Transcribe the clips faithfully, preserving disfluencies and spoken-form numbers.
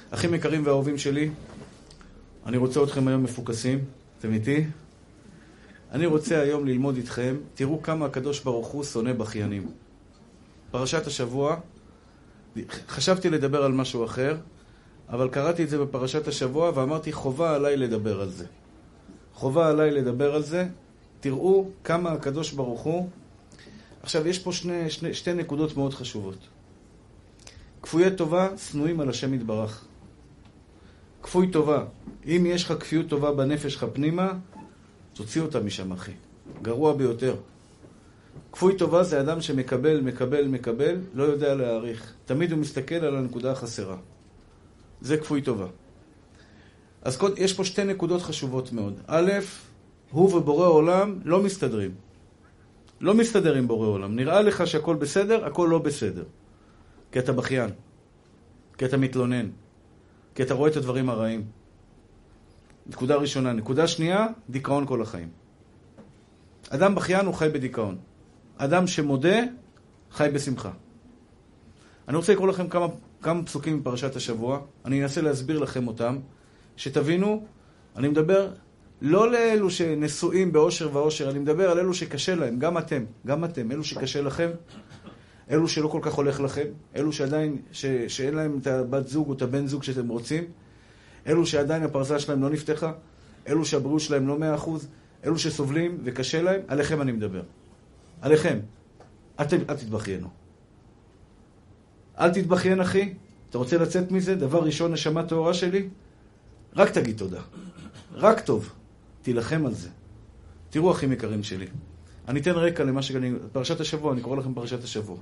אחים יקרים ואהובים שלי, אני רוצה אתכם היום מפוקסים, אתם איתי? אני רוצה היום ללמוד איתכם, תראו כמה הקדוש ברוך הוא שונא בכיינים. פרשת השבוע, חשבתי לדבר על משהו אחר, אבל קראתי את זה בפרשת השבוע ואמרתי חובה עליי לדבר על זה. חובה עליי לדבר על זה, תראו כמה הקדוש ברוך הוא. עכשיו יש פה שני, שני, שתי נקודות מאוד חשובות. כפויי טובה שנואים על השם יתברך. כפוי טובה, אם יש לך כפיות טובה בנפש לך פנימה, תוציא אותה משם אחי, גרוע ביותר. כפוי טובה זה אדם שמקבל, מקבל, מקבל, לא יודע להעריך. תמיד הוא מסתכל על הנקודה החסרה. זה כפוי טובה. אז יש פה שתי נקודות חשובות מאוד. א', הוא ובורא עולם לא מסתדרים. לא מסתדר עם בורא עולם. נראה לך שהכל בסדר, הכל לא בסדר. כי אתה בכיין. כי אתה מתלונן. כי אתה רואה את הדברים הרעים. נקודה ראשונה. נקודה שנייה, דיכאון כל החיים. אדם בכיין הוא חי בדיכאון. אדם שמודה, חי בשמחה. אני רוצה לקרוא לכם כמה, כמה פסוקים מפרשת השבוע. אני אנסה להסביר לכם אותם. שתבינו, אני מדבר לא לאלו שנשואים באושר ואושר, אני מדבר על אלו שקשה להם, גם אתם, גם אתם, אלו שקשה לכם, אלו שלא כל כך הולך לכם, אלו שעדיין, ש, שאין להם את הבת זוג או את הבן זוג שאתם רוצים, אלו שעדיין הפרסה שלהם לא נפתחה, אלו שהבריאות שלהם לא מאה אחוז, אלו שסובלים וקשה להם, עליכם אני מדבר. עליכם. אתם, אל תתבחיינו. אל תתבחיין אחי, אתה רוצה לצאת מזה? דבר ראשון, נשמה טהורה שלי, רק תגיד תודה. רק טוב. תילחם על זה. תראו אחים יקרים שלי. אני אתן רקע למה שאני... פרשת השבוע, אני קורא לכם פרשת השבוע.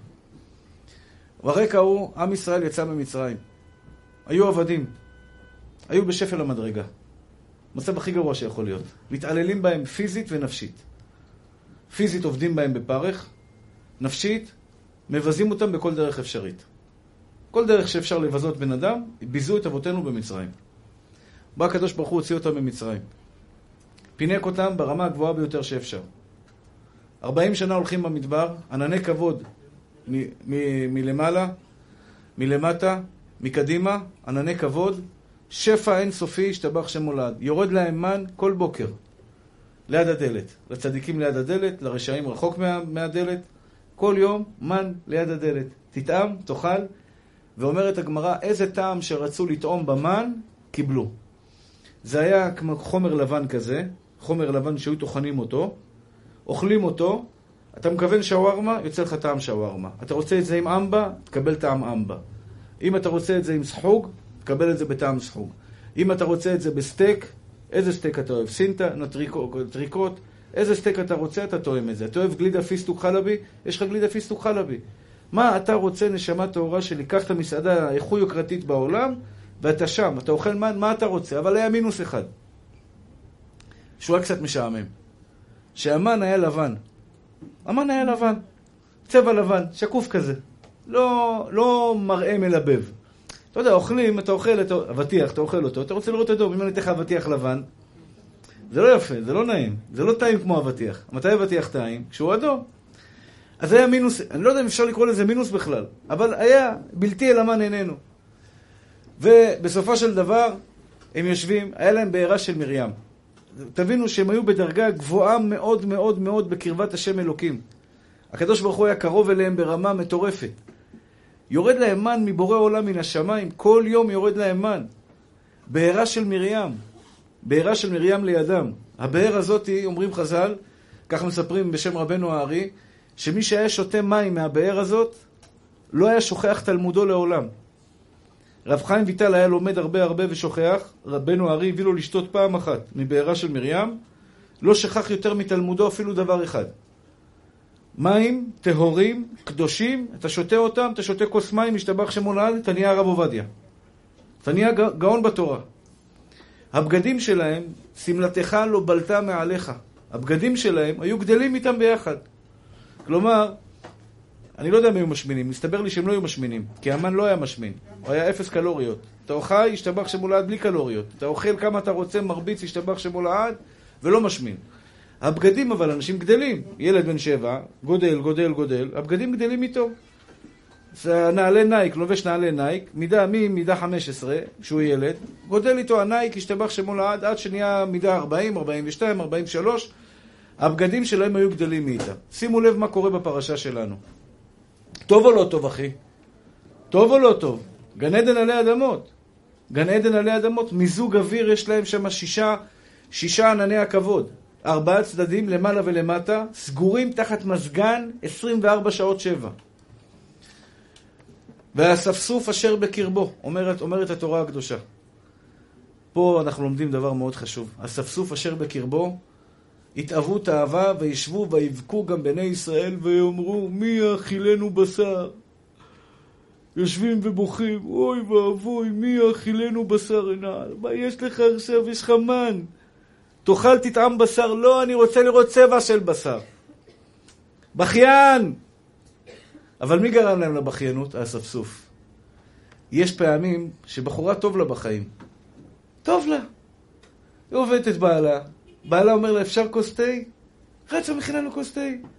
הרקע הוא, עם ישראל יצא ממצרים. היו עבדים. היו בשפל המדרגה. מצב הכי גרוע שיכול להיות. מתעללים בהם פיזית ונפשית. פיזית עובדים בהם בפרך. נפשית, מבזים אותם בכל דרך אפשרית. כל דרך שאפשר לבזות בן אדם, ביזו את אבותינו במצרים. בא הקדוש ברוך הוא הוציא אותם ממצרים. פינק אותם ברמה הגבוהה ביותר שאפשר. ארבעים שנה הולכים במדבר, ענני כבוד מ- מ- מלמעלה, מלמטה, מקדימה, ענני כבוד, שפע אינסופי, השתבח שם מולד. יורד להם מן כל בוקר, ליד הדלת. לצדיקים ליד הדלת, לרשעים רחוק מה, מהדלת. כל יום מן ליד הדלת. תטעם, תאכל, ואומרת הגמרא, איזה טעם שרצו לטעום במן, קיבלו. זה היה כמו חומר לבן כזה, חומר לבן שהיו טוחנים אותו, אוכלים אותו, אתה מכוון שווארמה, יוצא לך טעם שווארמה. אתה רוצה את זה עם אמבה, תקבל טעם אמבה. אם אתה רוצה את זה עם סחוג, תקבל את זה בטעם סחוג. אם אתה רוצה את זה בסטייק, איזה סטייק אתה אוהב? סינטה, טריקות, איזה סטייק אתה רוצה, אתה תואם את זה. אתה אוהב גלידה פיסטוק חלבי? יש לך גלידה פיסטוק חלבי. מה אתה רוצה נשמה טהורה שלי? קח את המסעדה האיכות יוקרתית בעולם, ואתה שם, אתה אוכל מן, מה אתה רוצה? אבל היה מינוס אחד. שהוא היה קצת משעמם. שהמן היה לבן. המן היה לבן. צבע לבן, שקוף כזה. לא, לא מראה מלבב. אתה יודע, אוכלים, אתה אוכל, אתה, אבטיח, אתה אוכל אותו, אתה רוצה לראות את הדוב. אם אני אתך אבטיח לבן, זה לא יפה, זה לא נעים. זה לא טעים כמו אבטיח. מתי אבטיח טעים? כשהוא אדום. אז היה מינוס, אני לא יודע אם אפשר לקרוא לזה מינוס בכלל, אבל היה בלתי אל המן איננו. ובסופו של דבר, הם יושבים, היה להם בעירה של מרים. תבינו שהם היו בדרגה גבוהה מאוד מאוד מאוד בקרבת השם אלוקים. הקדוש ברוך הוא היה קרוב אליהם ברמה מטורפת. יורד להם מן מבורא עולם מן השמיים, כל יום יורד להם מן. בעירה של מרים, בעירה של מרים לידם. הבעיר הזאת, אומרים חז"ל, כך מספרים בשם רבנו הארי, שמי שהיה שותה מים מהבעיר הזאת, לא היה שוכח תלמודו לעולם. רב חיים ויטל היה לומד הרבה הרבה ושוכח, רבנו הארי הביא לו לשתות פעם אחת מבעירה של מרים, לא שכח יותר מתלמודו אפילו דבר אחד. מים, טהורים, קדושים, אתה שותה אותם, אתה שותה כוס מים, משתבח שמולד, אתה נהיה הרב עובדיה. אתה נהיה גאון בתורה. הבגדים שלהם, סמלתך לא בלטה מעליך. הבגדים שלהם היו גדלים איתם ביחד. כלומר, אני לא יודע אם היו משמינים, מסתבר לי שהם לא היו משמינים, כי המן לא היה משמין, הוא היה אפס קלוריות. אתה אוכל, ישתבח שמולד בלי קלוריות. אתה אוכל כמה אתה רוצה, מרביץ, ישתבח שמולד, ולא משמין. הבגדים אבל אנשים גדלים, ילד בן שבע, גודל, גודל, גודל, הבגדים גדלים איתו. זה נעלי נייק, לובש נעלי נייק, מידה ממידה חמש עשרה, כשהוא ילד, גודל איתו הנייק, השתבח שמו לעד, עד שנהיה מידה ארבעים, ארבעים ושתיים, ארבעים ושלוש, הבגדים שלהם היו גדלים מאיתה. שימו לב מה קורה בפרשה שלנו. טוב או לא טוב, אחי? טוב או לא טוב? גן עדן עלי אדמות. גן עדן עלי אדמות, מיזוג אוויר, יש להם שם שישה, שישה ענני הכבוד. ארבעה צדדים, למעלה ולמטה, סגורים תחת מזגן עשרים וארבע שעות שבע. והספסוף אשר בקרבו, אומרת, אומרת התורה הקדושה. פה אנחנו לומדים דבר מאוד חשוב. הספסוף אשר בקרבו, התאהבו תאווה וישבו ויבכו גם בני ישראל ויאמרו, מי יאכילנו בשר? יושבים ובוכים, אוי ואבוי, מי יאכילנו בשר עינה? מה יש לך עכשיו? יש לך מן. תאכל תטעם בשר. לא, אני רוצה לראות צבע של בשר. בכיין! אבל מי גרם להם לבכיינות? הספסוף. יש פעמים שבחורה טוב לה בחיים. טוב לה. היא עובדת את בעלה. בעלה אומר לה, אפשר כוס תה? רצה מכינה לו כוס תה.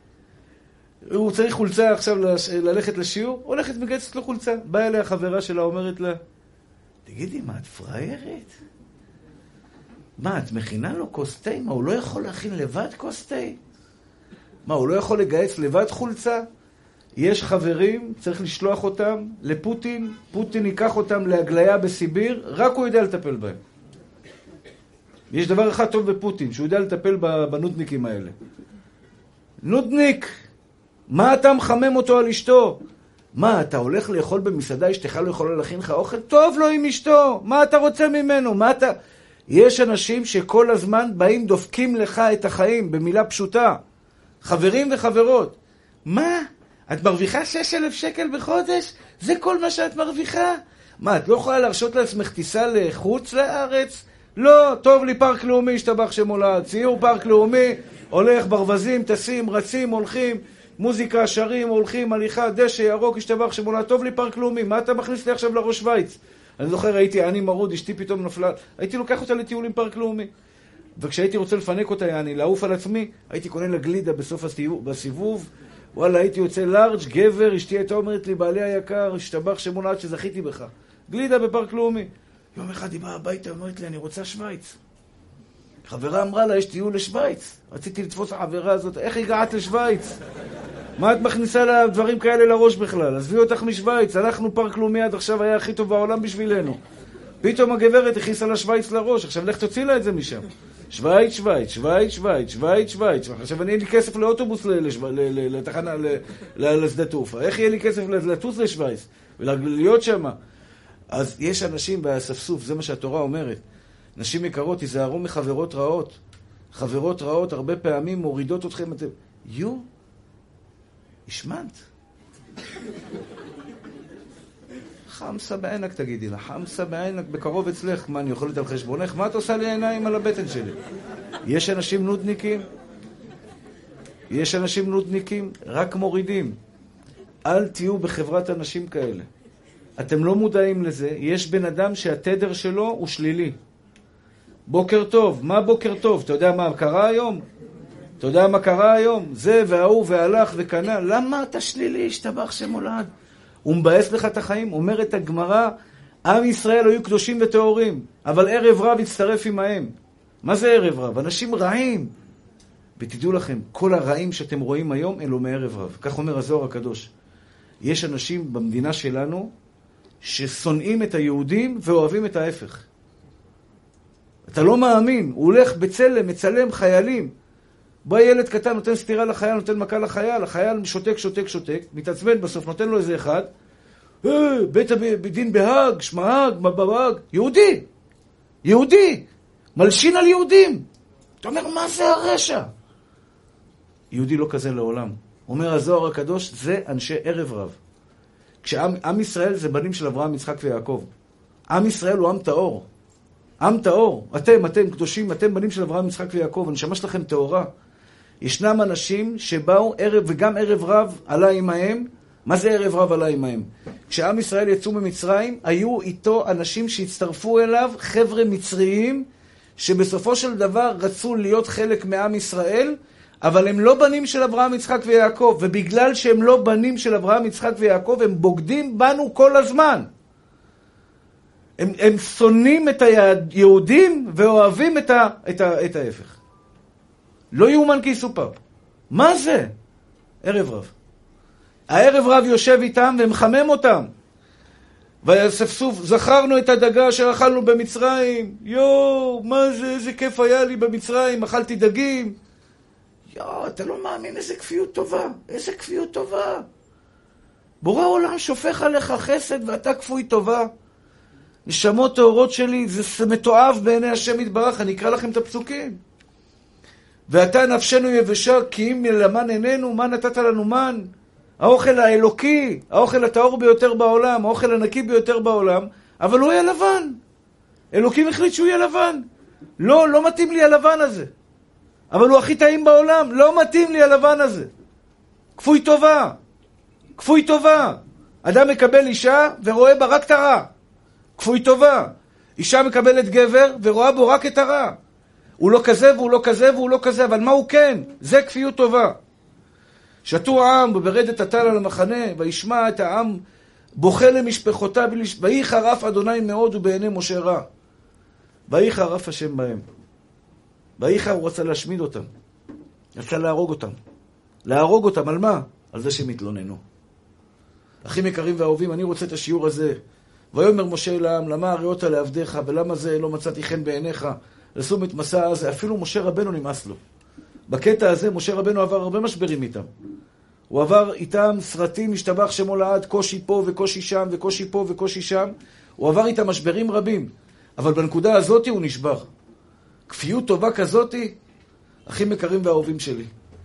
הוא צריך חולצה עכשיו ללכת לשיעור, הולכת מגייסת לו חולצה. באה אליה החברה שלה, אומרת לה, תגידי, מה, את פריירת? מה, את מכינה לו כוס תה? מה, הוא לא יכול להכין לבד כוס תה? מה, הוא לא יכול לגייס לבד חולצה? יש חברים, צריך לשלוח אותם לפוטין, פוטין ייקח אותם להגליה בסיביר, רק הוא יודע לטפל בהם. יש דבר אחד טוב בפוטין, שהוא יודע לטפל בנודניקים האלה. נודניק! מה אתה מחמם אותו על אשתו? מה, אתה הולך לאכול במסעדה, אשתך לא יכולה להכין לך אוכל? טוב לו עם אשתו, מה אתה רוצה ממנו? מה אתה... יש אנשים שכל הזמן באים דופקים לך את החיים, במילה פשוטה. חברים וחברות. מה? את מרוויחה שש אלף שקל בחודש? זה כל מה שאת מרוויחה? מה, את לא יכולה להרשות לעצמך טיסה לחוץ לארץ? לא, טוב לי פארק לאומי, השתבח שמולד. ציור פארק לאומי, הולך ברווזים, טסים, רצים, הולכים, מוזיקה, שרים, הולכים, הליכה, דשא, ירוק, השתבח שמולד. טוב לי פארק לאומי, מה אתה מכניס לי עכשיו לראש שוויץ? אני זוכר, הייתי אני מרוד, אשתי פתאום נפלה, הייתי לוקח אותה לטיולים פארק לאומי. וכשהייתי רוצה לפנק אותה, יעני, לעוף על עצמי, הייתי קונה לה גלידה בסוף הסיבוב, וואלה, הייתי יוצא לארג' גבר, אשתי הייתה אומרת לי, בעלי היקר, השתבח שמולד שזכיתי בך. גלידה בפארק לאומי. יום אחד היא באה הביתה, אומרת לי, אני רוצה שוויץ. חברה אמרה לה, יש טיול לשוויץ. רציתי לתפוס החברה הזאת, איך הגעת לשוויץ? מה את מכניסה לה דברים כאלה לראש בכלל? עזבי אותך משוויץ, הלכנו פארק לאומי עד עכשיו, היה הכי טוב בעולם בשבילנו. פתאום הגברת הכניסה לה שוויץ לראש, עכשיו לך תוציא לה את זה משם. שוויץ, שוויץ, שוויץ, שוויץ, שוויץ, שוויץ. עכשיו אני אין לי כסף לאוטובוס לתחנה, לשדה תעופה. איך יהיה לי כסף לטוס לשוויץ ולהיות שם? אז יש אנשים באספסוף, זה מה שהתורה אומרת. נשים יקרות, תיזהרו מחברות רעות. חברות רעות הרבה פעמים מורידות אתכם. אתם... יו, השמנת. חמסה בעינק תגידי לה, חמסה בעינק בקרוב אצלך. מה, אני יכולת על חשבונך? מה את עושה לי עיניים על הבטן שלי? יש אנשים נודניקים, יש אנשים נודניקים, רק מורידים. אל תהיו בחברת אנשים כאלה. אתם לא מודעים לזה. יש בן אדם שהתדר שלו הוא שלילי. בוקר טוב. מה בוקר טוב? אתה יודע מה קרה היום? אתה יודע מה קרה היום? זה והוא והלך וקנה. למה אתה שלילי? השתבח שמולד. הוא מבאס לך את החיים. אומרת הגמרא, עם ישראל היו קדושים וטהורים, אבל ערב רב הצטרף עמהם. מה זה ערב רב? אנשים רעים. ותדעו לכם, כל הרעים שאתם רואים היום אלו מערב רב. כך אומר הזוהר הקדוש. יש אנשים במדינה שלנו ששונאים את היהודים ואוהבים את ההפך. אתה לא מאמין. הוא הולך בצלם, מצלם חיילים. בא ילד קטן, נותן סתירה לחייל, נותן מכה לחייל, החייל שותק, שותק, שותק, מתעצבן בסוף, נותן לו איזה אחד, אה, בית הדין בהאג, שמהאג, מבהאג, יהודי, יהודי, מלשין על יהודים. אתה אומר, מה זה הרשע? יהודי לא כזה לעולם. אומר הזוהר הקדוש, זה אנשי ערב רב. כשעם עם ישראל זה בנים של אברהם, יצחק ויעקב. עם ישראל הוא עם טהור. עם טהור. אתם, אתם קדושים, אתם בנים של אברהם, יצחק ויעקב. הנשמה שלכם טהורה. ישנם אנשים שבאו ערב, וגם ערב רב עלה עמהם. מה זה ערב רב עלה עמהם? כשעם ישראל יצאו ממצרים, היו איתו אנשים שהצטרפו אליו, חבר'ה מצריים, שבסופו של דבר רצו להיות חלק מעם ישראל, אבל הם לא בנים של אברהם, יצחק ויעקב, ובגלל שהם לא בנים של אברהם, יצחק ויעקב, הם בוגדים בנו כל הזמן. הם, הם שונאים את היהודים ואוהבים את, ה, את, ה, את ההפך. לא יאומן כי יסופר. מה זה? ערב רב. הערב רב יושב איתם ומחמם אותם. ויספסוף, זכרנו את הדגה אשר אכלנו במצרים. יו, מה זה, איזה כיף היה לי במצרים, אכלתי דגים. יו, אתה לא מאמין, איזה כפיות טובה, איזה כפיות טובה. בורא העולם שופך עליך חסד ואתה כפוי טובה. נשמות טהורות שלי, זה מתועב בעיני השם יתברך, אני אקרא לכם את הפסוקים. ואתה נפשנו יבשה, כי אם למן עינינו, מה נתת לנו מן? האוכל האלוקי, האוכל הטהור ביותר בעולם, האוכל הנקי ביותר בעולם, אבל הוא יהיה לבן. אלוקים החליט שהוא יהיה לבן. לא, לא מתאים לי הלבן הזה. אבל הוא הכי טעים בעולם, לא מתאים לי הלבן הזה. כפוי טובה. כפוי טובה. אדם מקבל אישה ורואה בה רק את הרע. כפוי טובה. אישה מקבלת גבר ורואה בו רק את הרע. הוא לא כזה והוא לא כזה והוא לא כזה, אבל מה הוא כן? זה כפיות טובה. שתו העם וברדת הטל על המחנה, וישמע את העם בוכה למשפחותיו, ויהי חרף אדוני מאוד ובעיני משה רע. ויהי חרף השם בהם. ויהי חרף, הוא רצה להשמיד אותם. רצה להרוג אותם. להרוג אותם, על מה? על זה שהם התלוננו. אחים יקרים ואהובים, אני רוצה את השיעור הזה. ויאמר משה אל העם, למה הריאות לעבדיך, ולמה זה לא מצאתי חן בעיניך? לשום את מסע הזה, אפילו משה רבנו נמאס לו. בקטע הזה משה רבנו עבר הרבה משברים איתם. הוא עבר איתם סרטים, משתבח שמו לעד, קושי פה וקושי שם וקושי פה וקושי שם. הוא עבר איתם משברים רבים. אבל בנקודה הזאת הוא נשבר. כפיות טובה כזאת, אחים יקרים ואהובים שלי.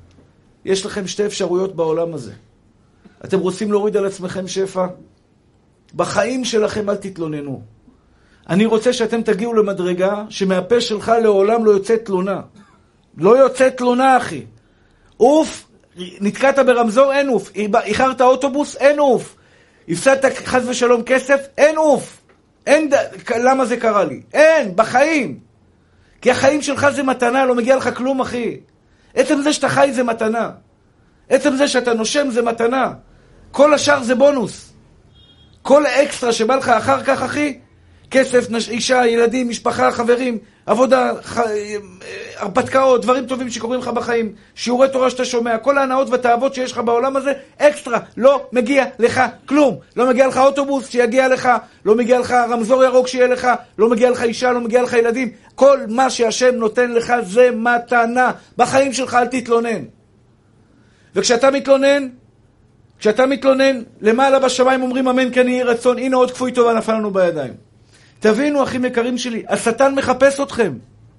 יש לכם שתי אפשרויות בעולם הזה. אתם רוצים להוריד על עצמכם שפע? בחיים שלכם אל תתלוננו. אני רוצה שאתם תגיעו למדרגה שמהפה שלך לעולם לא יוצא תלונה. לא יוצא תלונה, אחי. אוף, נתקעת ברמזור, אין אוף. איחרת אוטובוס, אין אוף. הפסדת חס ושלום כסף, אין אוף. אין, למה זה קרה לי? אין, בחיים. כי החיים שלך זה מתנה, לא מגיע לך כלום, אחי. עצם זה שאתה חי זה מתנה. עצם זה שאתה נושם זה מתנה. כל השאר זה בונוס. כל האקסטרה שבא לך אחר כך, אחי, כסף, נש... אישה, ילדים, משפחה, חברים, עבודה, ח... הרפתקאות, דברים טובים שקורים לך בחיים, שיעורי תורה שאתה שומע, כל ההנאות והתאוות שיש לך בעולם הזה, אקסטרה, לא מגיע לך כלום. לא מגיע לך אוטובוס שיגיע לך, לא מגיע לך רמזור ירוק שיהיה לך, לא מגיע לך אישה, לא מגיע לך ילדים. כל מה שהשם נותן לך זה מתנה. בחיים שלך אל תתלונן. וכשאתה מתלונן, כשאתה מתלונן, למעלה בשמיים אומרים אמן כן יהי רצון, הנה עוד כפוי טובה נפל לנו בידיים. תבינו, אחים יקרים שלי, השטן מחפש אתכם.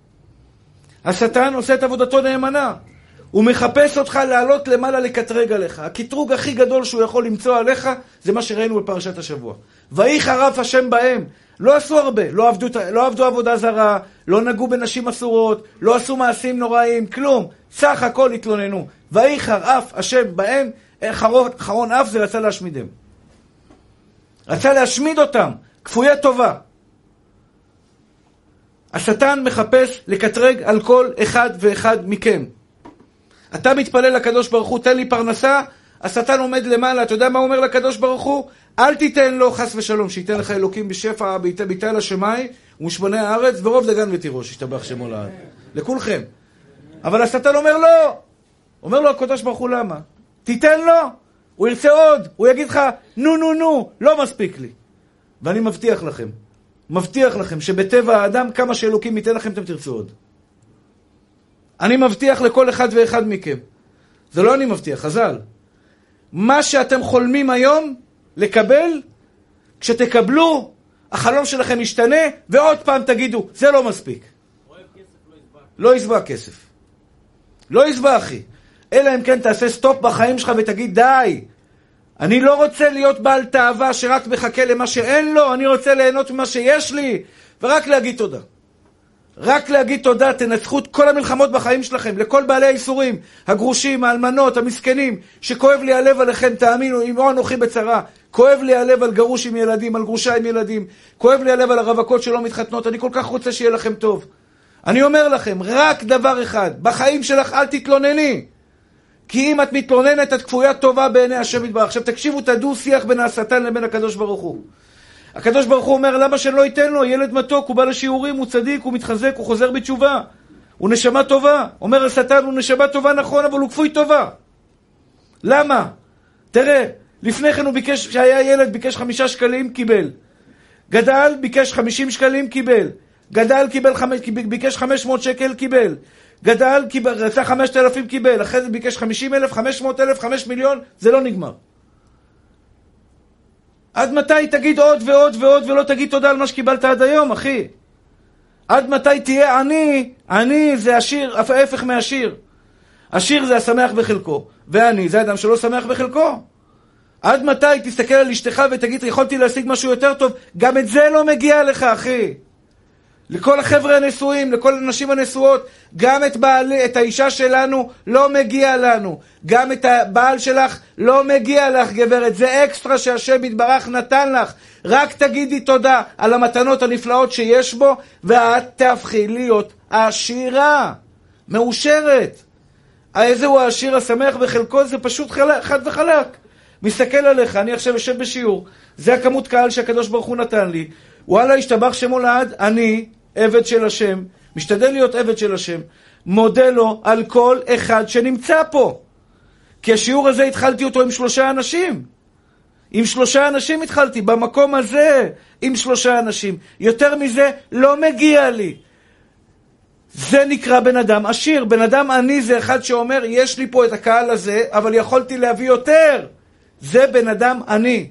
השטן עושה את עבודתו נאמנה. הוא מחפש אותך לעלות למעלה לקטרג עליך. הקטרוג הכי גדול שהוא יכול למצוא עליך, זה מה שראינו בפרשת השבוע. ויהי חרף השם בהם. לא עשו הרבה, לא עבדו, לא עבדו עבודה זרה, לא נגעו בנשים אסורות, לא עשו מעשים נוראים, כלום. סך הכל התלוננו. ויהי חרף השם בהם, חרון, חרון אף זה רצה להשמידם. רצה להשמיד אותם, כפויה טובה. השטן מחפש לקטרג על כל אחד ואחד מכם. אתה מתפלל לקדוש ברוך הוא, תן לי פרנסה, השטן עומד למעלה, אתה יודע מה הוא אומר לקדוש ברוך הוא? אל תיתן לו חס ושלום, שייתן לך אלוקים בשפע, ביתה אל השמיים, ומשמני הארץ, ורוב דגן ותירוש, ישתבח שמו לעד. לכולכם. אבל השטן אומר לא. אומר לו הקדוש ברוך הוא, למה? תיתן לו, הוא ירצה עוד, הוא יגיד לך, נו נו נו, לא מספיק לי. ואני מבטיח לכם, מבטיח לכם שבטבע האדם כמה שאלוקים ייתן לכם אתם תרצו עוד. אני מבטיח לכל אחד ואחד מכם. זה לא אני מבטיח, חז"ל. מה שאתם חולמים היום לקבל, כשתקבלו, החלום שלכם ישתנה, ועוד פעם תגידו, זה לא מספיק. לא יסבע כסף. לא יסבע, אחי. אלא אם כן תעשה סטופ בחיים שלך ותגיד, די. אני לא רוצה להיות בעל תאווה שרק מחכה למה שאין לו, אני רוצה ליהנות ממה שיש לי, ורק להגיד תודה. רק להגיד תודה, תנצחו את כל המלחמות בחיים שלכם, לכל בעלי האיסורים, הגרושים, האלמנות, המסכנים, שכואב לי הלב עליכם, תאמינו, אם או אנוכי בצרה, כואב לי הלב על גרוש עם ילדים, על גרושה עם ילדים, כואב לי הלב על הרווקות שלא מתחתנות, אני כל כך רוצה שיהיה לכם טוב. אני אומר לכם, רק דבר אחד, בחיים שלך אל תתלונני. כי אם את מתלוננת, את כפויה טובה בעיני השם יתברך. עכשיו תקשיבו את הדו שיח בין השטן לבין הקדוש ברוך הוא. הקדוש ברוך הוא אומר, למה שלא ייתן לו? ילד מתוק, הוא בא לשיעורים, הוא צדיק, הוא מתחזק, הוא חוזר בתשובה. הוא נשמה טובה. אומר השטן, הוא נשמה טובה נכון, אבל הוא כפוי טובה. למה? תראה, לפני כן הוא ביקש, שהיה ילד, ביקש חמישה שקלים, קיבל. גדל, ביקש חמישים שקלים, קיבל. גדל, קיבל חמש, ביקש חמש מאות שקל, קיבל. גדל, קיבל, רצה חמשת אלפים, קיבל. אחרי זה ביקש חמישים אלף, חמש מאות אלף, חמש מיליון, זה לא נגמר. עד מתי תגיד עוד ועוד ועוד ולא תגיד תודה על מה שקיבלת עד היום, אחי? עד מתי תהיה עני? עני זה עשיר, ההפך מהעשיר. עשיר זה השמח בחלקו, ועני זה אדם שלא שמח בחלקו. עד מתי תסתכל על אשתך ותגיד, יכולתי להשיג משהו יותר טוב? גם את זה לא מגיע לך, אחי. לכל החבר'ה הנשואים, לכל הנשים הנשואות, גם את בעל, את האישה שלנו לא מגיע לנו. גם את הבעל שלך לא מגיע לך, גברת. זה אקסטרה שהשם יתברך נתן לך. רק תגידי תודה על המתנות הנפלאות שיש בו, ואת תהפכי להיות עשירה, מאושרת. איזה הוא העשיר השמח בחלקו? זה פשוט חד וחלק. מסתכל עליך, אני עכשיו יושב בשיעור, זה הכמות קהל שהקדוש ברוך הוא נתן לי. וואלה, השתבח שמו לעד, אני עבד של השם, משתדל להיות עבד של השם, מודה לו על כל אחד שנמצא פה. כי השיעור הזה התחלתי אותו עם שלושה אנשים. עם שלושה אנשים התחלתי, במקום הזה עם שלושה אנשים. יותר מזה לא מגיע לי. זה נקרא בן אדם עשיר. בן אדם עני זה אחד שאומר, יש לי פה את הקהל הזה, אבל יכולתי להביא יותר. זה בן אדם עני.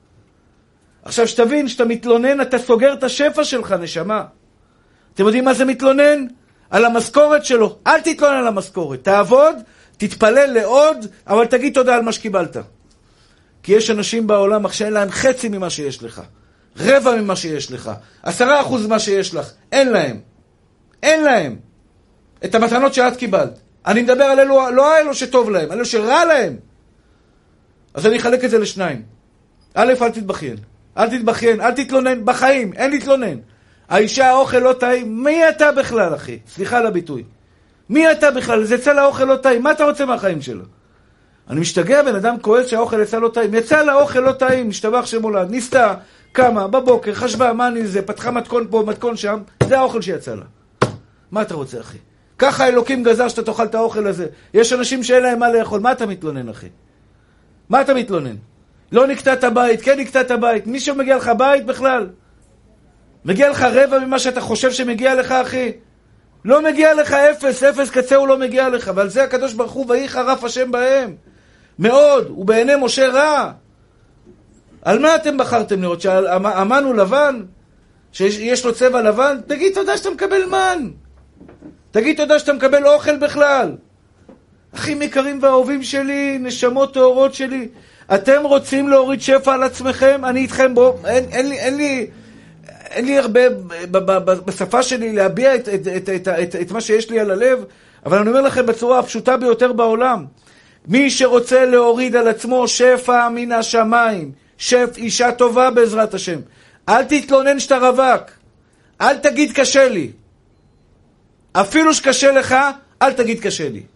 עכשיו שתבין, שאתה מתלונן, אתה סוגר את השפע שלך, נשמה. אתם יודעים מה זה מתלונן? על המשכורת שלו. אל תתלונן על המשכורת. תעבוד, תתפלל לעוד, אבל תגיד תודה על מה שקיבלת. כי יש אנשים בעולם שאין להם חצי ממה שיש לך. רבע ממה שיש לך. עשרה אחוז ממה שיש לך. אין להם. אין להם. את המתנות שאת קיבלת. אני מדבר על אלו, לא אלו שטוב להם, אלו שרע להם. אז אני אחלק את זה לשניים. א', אל תתבכיין. אל תתבכיין, אל תתלונן בחיים, אין להתלונן. האישה האוכל לא טעים, מי אתה בכלל, אחי? סליחה על הביטוי. מי אתה בכלל? זה יצא לאוכל לא טעים, מה אתה רוצה מהחיים שלו? אני משתגע, בן אדם כועס שהאוכל יצא לא טעים. יצא לאוכל לא טעים, משתבח שמולד, ניסתה, קמה, בבוקר, חשבה, מה אני זה, פתחה מתכון פה, מתכון שם, זה האוכל שיצא לה. מה אתה רוצה, אחי? ככה אלוקים גזר שאתה תאכל את האוכל הזה. יש אנשים שאין להם מה לאכול, מה אתה מתלונן, אחי? מה אתה מתלונן? לא נקטעת הבית, כן נקטעת הבית. מי שמגיע לך בית בכלל? מגיע לך רבע ממה שאתה חושב שמגיע לך, אחי? לא מגיע לך אפס, אפס קצה הוא לא מגיע לך. ועל זה הקדוש ברוך הוא, ויהי חרף השם בהם. מאוד, ובעיני משה רע. על מה אתם בחרתם לראות? שהמן הוא לבן? שיש לו צבע לבן? תגיד תודה שאתה מקבל מן. תגיד תודה שאתה מקבל אוכל בכלל. אחים יקרים ואהובים שלי, נשמות טהורות שלי, אתם רוצים להוריד שפע על עצמכם? אני איתכם בו. אין, אין לי, אין לי, אין לי הרבה ב, ב, ב, בשפה שלי להביע את, את, את, את, את, את מה שיש לי על הלב, אבל אני אומר לכם בצורה הפשוטה ביותר בעולם, מי שרוצה להוריד על עצמו שפע מן השמיים, שף אישה טובה בעזרת השם, אל תתלונן שאתה רווק, אל תגיד קשה לי, אפילו שקשה לך, אל תגיד קשה לי.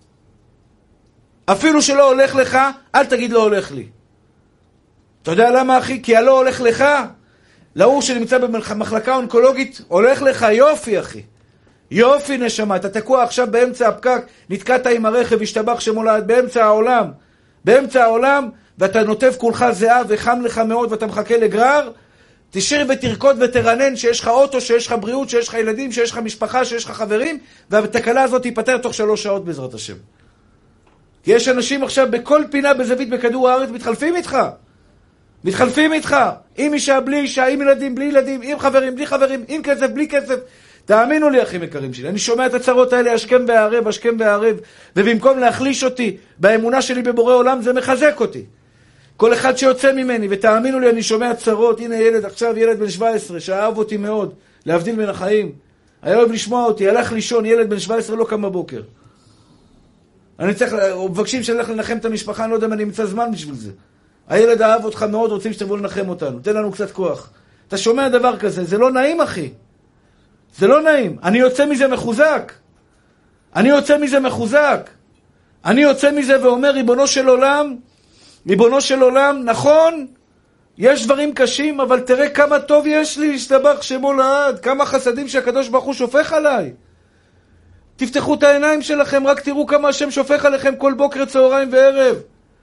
אפילו שלא הולך לך, אל תגיד לא הולך לי. אתה יודע למה, אחי? כי הלא הולך לך, להוא שנמצא במחלקה אונקולוגית, הולך לך יופי, אחי. יופי, נשמה. אתה תקוע עכשיו באמצע הפקק, נתקעת עם הרכב, השתבח שמולד, באמצע העולם. באמצע העולם, ואתה נוטף כולך זהה וחם לך מאוד, ואתה מחכה לגרר, תשאיר ותרקוד ותרנן שיש לך אוטו, שיש לך בריאות, שיש לך ילדים, שיש לך משפחה, שיש לך חברים, והתקלה הזאת תיפטר תוך שלוש שעות בעזרת השם. כי יש אנשים עכשיו בכל פינה בזווית בכדור הארץ מתחלפים איתך. מתחלפים איתך. עם אישה, בלי אישה, עם ילדים, בלי ילדים, עם חברים, בלי חברים, עם כסף, בלי כסף. תאמינו לי, אחים יקרים שלי. אני שומע את הצרות האלה, השכם והערב, השכם והערב. ובמקום להחליש אותי באמונה שלי בבורא עולם, זה מחזק אותי. כל אחד שיוצא ממני, ותאמינו לי, אני שומע צרות. הנה ילד, עכשיו ילד בן שבע עשרה, שאהב אותי מאוד, להבדיל בין החיים. היה אוהב לשמוע אותי, הלך לישון, ילד בן שבע עשרה לא קם בבוקר. אני צריך, מבקשים שנלך לנחם את המשפחה, אני לא יודע אם אני אמצא זמן בשביל זה. הילד אהב אותך מאוד, רוצים שתבואו לנחם אותנו. תן לנו קצת כוח. אתה שומע דבר כזה, זה לא נעים, אחי. זה לא נעים. אני יוצא מזה מחוזק. אני יוצא מזה מחוזק. אני יוצא מזה ואומר, ריבונו של עולם, ריבונו של עולם, נכון, יש דברים קשים, אבל תראה כמה טוב יש לי, ישתבח שמו לעד, כמה חסדים שהקדוש ברוך הוא שופך עליי. תפתחו את העיניים שלכם, רק תראו כמה השם שופך עליכם כל בוקר, צהריים וערב.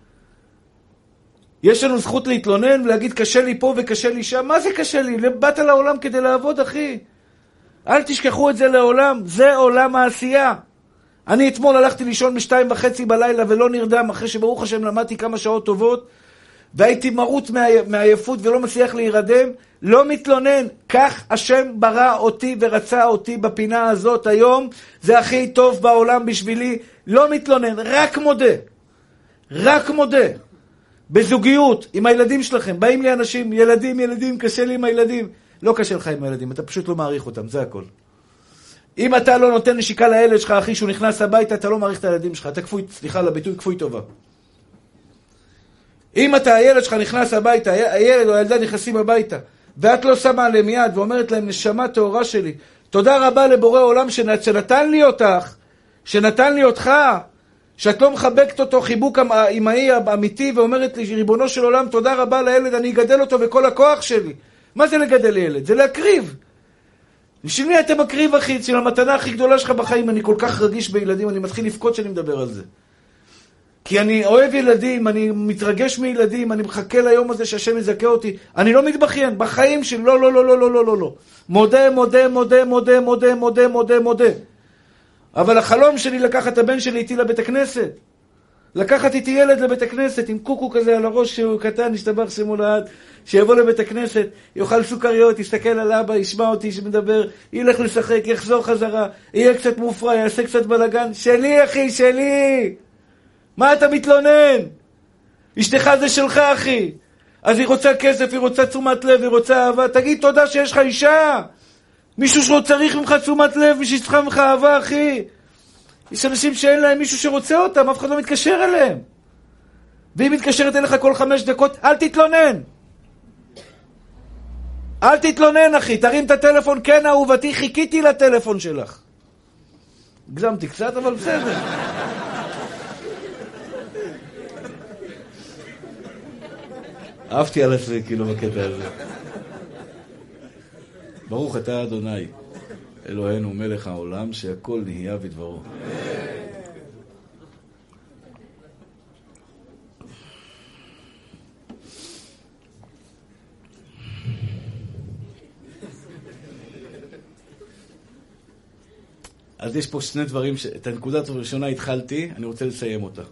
יש לנו זכות להתלונן ולהגיד, קשה לי פה וקשה לי שם. מה זה קשה לי? באת לעולם כדי לעבוד, אחי. אל תשכחו את זה לעולם, זה עולם העשייה. אני אתמול הלכתי לישון משתיים וחצי בלילה ולא נרדם, אחרי שברוך השם למדתי כמה שעות טובות, והייתי מרוץ מעייפות ולא מצליח להירדם, לא מתלונן. כך השם ברא אותי ורצה אותי בפינה הזאת היום, זה הכי טוב בעולם בשבילי, לא מתלונן, רק מודה. רק מודה. בזוגיות, עם הילדים שלכם, באים לי אנשים, ילדים, ילדים, קשה לי עם הילדים. לא קשה לך עם הילדים, אתה פשוט לא מעריך אותם, זה הכל. אם אתה לא נותן נשיקה לילד שלך, אחי, שהוא נכנס הביתה, אתה לא מעריך את הילדים שלך, אתה כפוי, סליחה לביטוי, כפוי טובה. אם אתה, הילד שלך נכנס הביתה, הילד או הילדה נכנסים הביתה, ואת לא שמה עליהם יד ואומרת להם, נשמה תאורה שלי, תודה רבה לבורא עולם שנתן לי אותך, שנתן לי אותך, שאת לא מחבקת אותו חיבוק אמאי אמיתי, ואומרת לי, ריבונו של עולם, תודה רבה לילד, אני אגדל אותו בכל הכוח שלי. מה זה לגדל ילד? זה להקריב. בשביל מי אתה מקריב, אחי? של המתנה הכי גדולה שלך בחיים, אני כל כך רגיש בילדים, אני מתחיל לבכות שאני מדבר על זה. כי אני אוהב ילדים, אני מתרגש מילדים, אני מחכה ליום הזה שהשם יזכה אותי. אני לא מתבכיין, בחיים שלי, לא, לא, לא, לא, לא, לא, לא, לא. מודה, מודה, מודה, מודה, מודה, מודה, מודה, מודה. אבל החלום שלי לקחת את הבן שלי איתי לבית הכנסת. לקחת איתי ילד לבית הכנסת עם קוקו כזה על הראש שהוא קטן, ישתבח שמו לעד, שיבוא לבית הכנסת, יאכל סוכריות, יסתכל על אבא, ישמע אותי שמדבר, ילך לשחק, יחזור חזרה, יהיה קצת מופרע, יעשה קצת בלגן. שלי, אחי, שלי. מה אתה מתלונן? אשתך זה שלך, אחי. אז היא רוצה כסף, היא רוצה תשומת לב, היא רוצה אהבה. תגיד תודה שיש לך אישה. מישהו שלא צריך ממך תשומת לב, מישהו שצריך ממך אהבה, אחי. יש אנשים שאין להם מישהו שרוצה אותם, אף אחד לא מתקשר אליהם. והיא מתקשרת אליך כל חמש דקות, אל תתלונן. אל תתלונן, אחי. תרים את הטלפון, כן, אהובתי, חיכיתי לטלפון שלך. גזמתי קצת, אבל בסדר. אהבתי על עצמי, כאילו, בקטע הזה. ברוך אתה אדוני, אלוהינו מלך העולם, שהכל נהיה בדברו. אז יש פה שני דברים, ש... את הנקודת הראשונה התחלתי, אני רוצה לסיים אותה.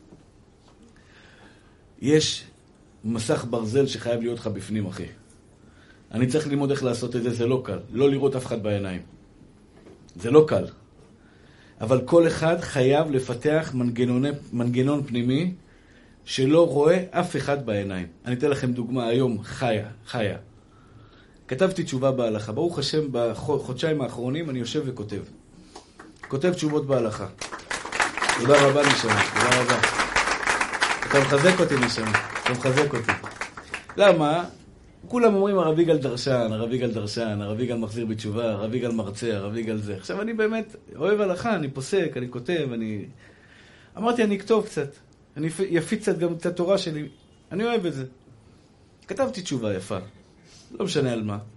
יש מסך ברזל שחייב להיות לך בפנים, אחי. אני צריך ללמוד איך לעשות את זה, זה לא קל. לא לראות אף אחד בעיניים. זה לא קל. אבל כל אחד חייב לפתח מנגנוני, מנגנון פנימי שלא רואה אף אחד בעיניים. אני אתן לכם דוגמה היום, חיה, חיה. כתבתי תשובה בהלכה. ברוך השם, בחודשיים האחרונים אני יושב וכותב. כותב תשובות בהלכה. תודה רבה נשמה, תודה רבה. אתה מחזק אותי נשמה, אתה מחזק אותי. למה? כולם אומרים הרב יגאל דרשן, הרב יגאל דרשן, הרב יגאל מחזיר בתשובה, הרב יגאל מרצה, הרב יגאל זה. עכשיו אני באמת אוהב הלכה, אני פוסק, אני כותב, אני... אמרתי, אני אכתוב קצת, אני יפיץ קצת גם את התורה שלי, אני אוהב את זה. כתבתי תשובה יפה, לא משנה על מה.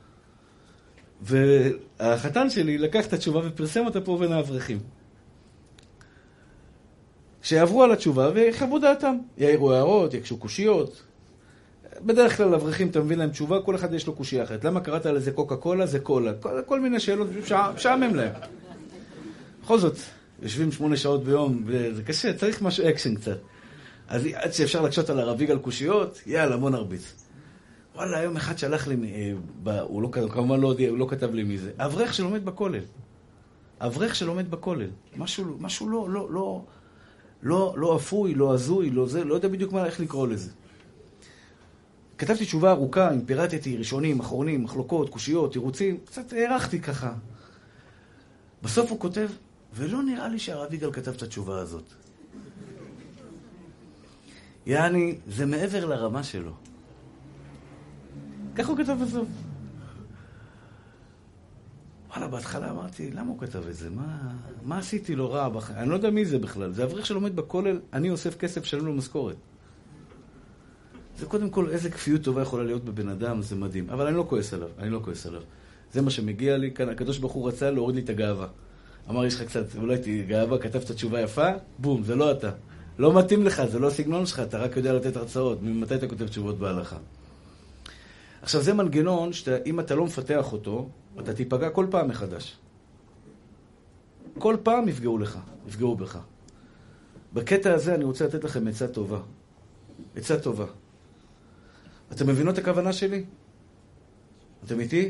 והחתן שלי לקח את התשובה ופרסם אותה פה בין האברכים. שיעברו על התשובה ויחוו דעתם, יעירו הערות, יקשו קושיות. בדרך כלל אברכים, אתה מבין להם תשובה, כל אחד יש לו קושיה אחרת. למה קראת לזה קוקה קולה? זה קולה. כל, כל מיני שאלות, שעמם להם. בכל זאת, יושבים שמונה שעות ביום, וזה קשה, צריך משהו אקשן קצת. אז עד שאפשר לקשות על הרב יגאל קושיות, יאללה, בוא נרביץ. וואלה, היום אחד שלח לי, הוא לא, כמובן לא, הוא לא כתב לי מי זה. אברך שלומד בכולל. אברך שלומד בכולל. משהו, משהו לא, לא, לא, לא, לא אפוי, לא הזוי, לא זה, לא יודע בדיוק מה, איך לקרוא לזה. כתבתי תשובה ארוכה, עם פירטתי, ראשונים, אחרונים, מחלוקות, קושיות, תירוצים, קצת הערכתי ככה. בסוף הוא כותב, ולא נראה לי שהרב יגאל כתב את התשובה הזאת. יעני, זה מעבר לרמה שלו. כך הוא כתב בסוף. וואלה, בהתחלה אמרתי, למה הוא כתב את זה? מה, מה עשיתי לו רע? בח... אני לא יודע מי זה בכלל. זה אברך שלומד בכולל, אני אוסף כסף שלם לו משכורת. זה קודם כל, איזה כפיות טובה יכולה להיות בבן אדם, זה מדהים. אבל אני לא כועס עליו, אני לא כועס עליו. זה מה שמגיע לי כאן, הקדוש ברוך הוא רצה להוריד לי את הגאווה. אמר, יש לך קצת, אולי תהיה גאווה, כתבת תשובה יפה, בום, זה לא אתה. לא מתאים לך, זה לא הסגנון שלך, אתה רק יודע לתת הרצאות. ממתי אתה כותב תשובות בהלכה? עכשיו, זה מנגנון שאם אתה לא מפתח אותו, אתה תיפגע כל פעם מחדש. כל פעם יפגעו לך, יפגעו בך. בקטע הזה אני רוצה לתת לכם עצה טובה. עצה טובה. אתם מבינות את הכוונה שלי? אתם איתי?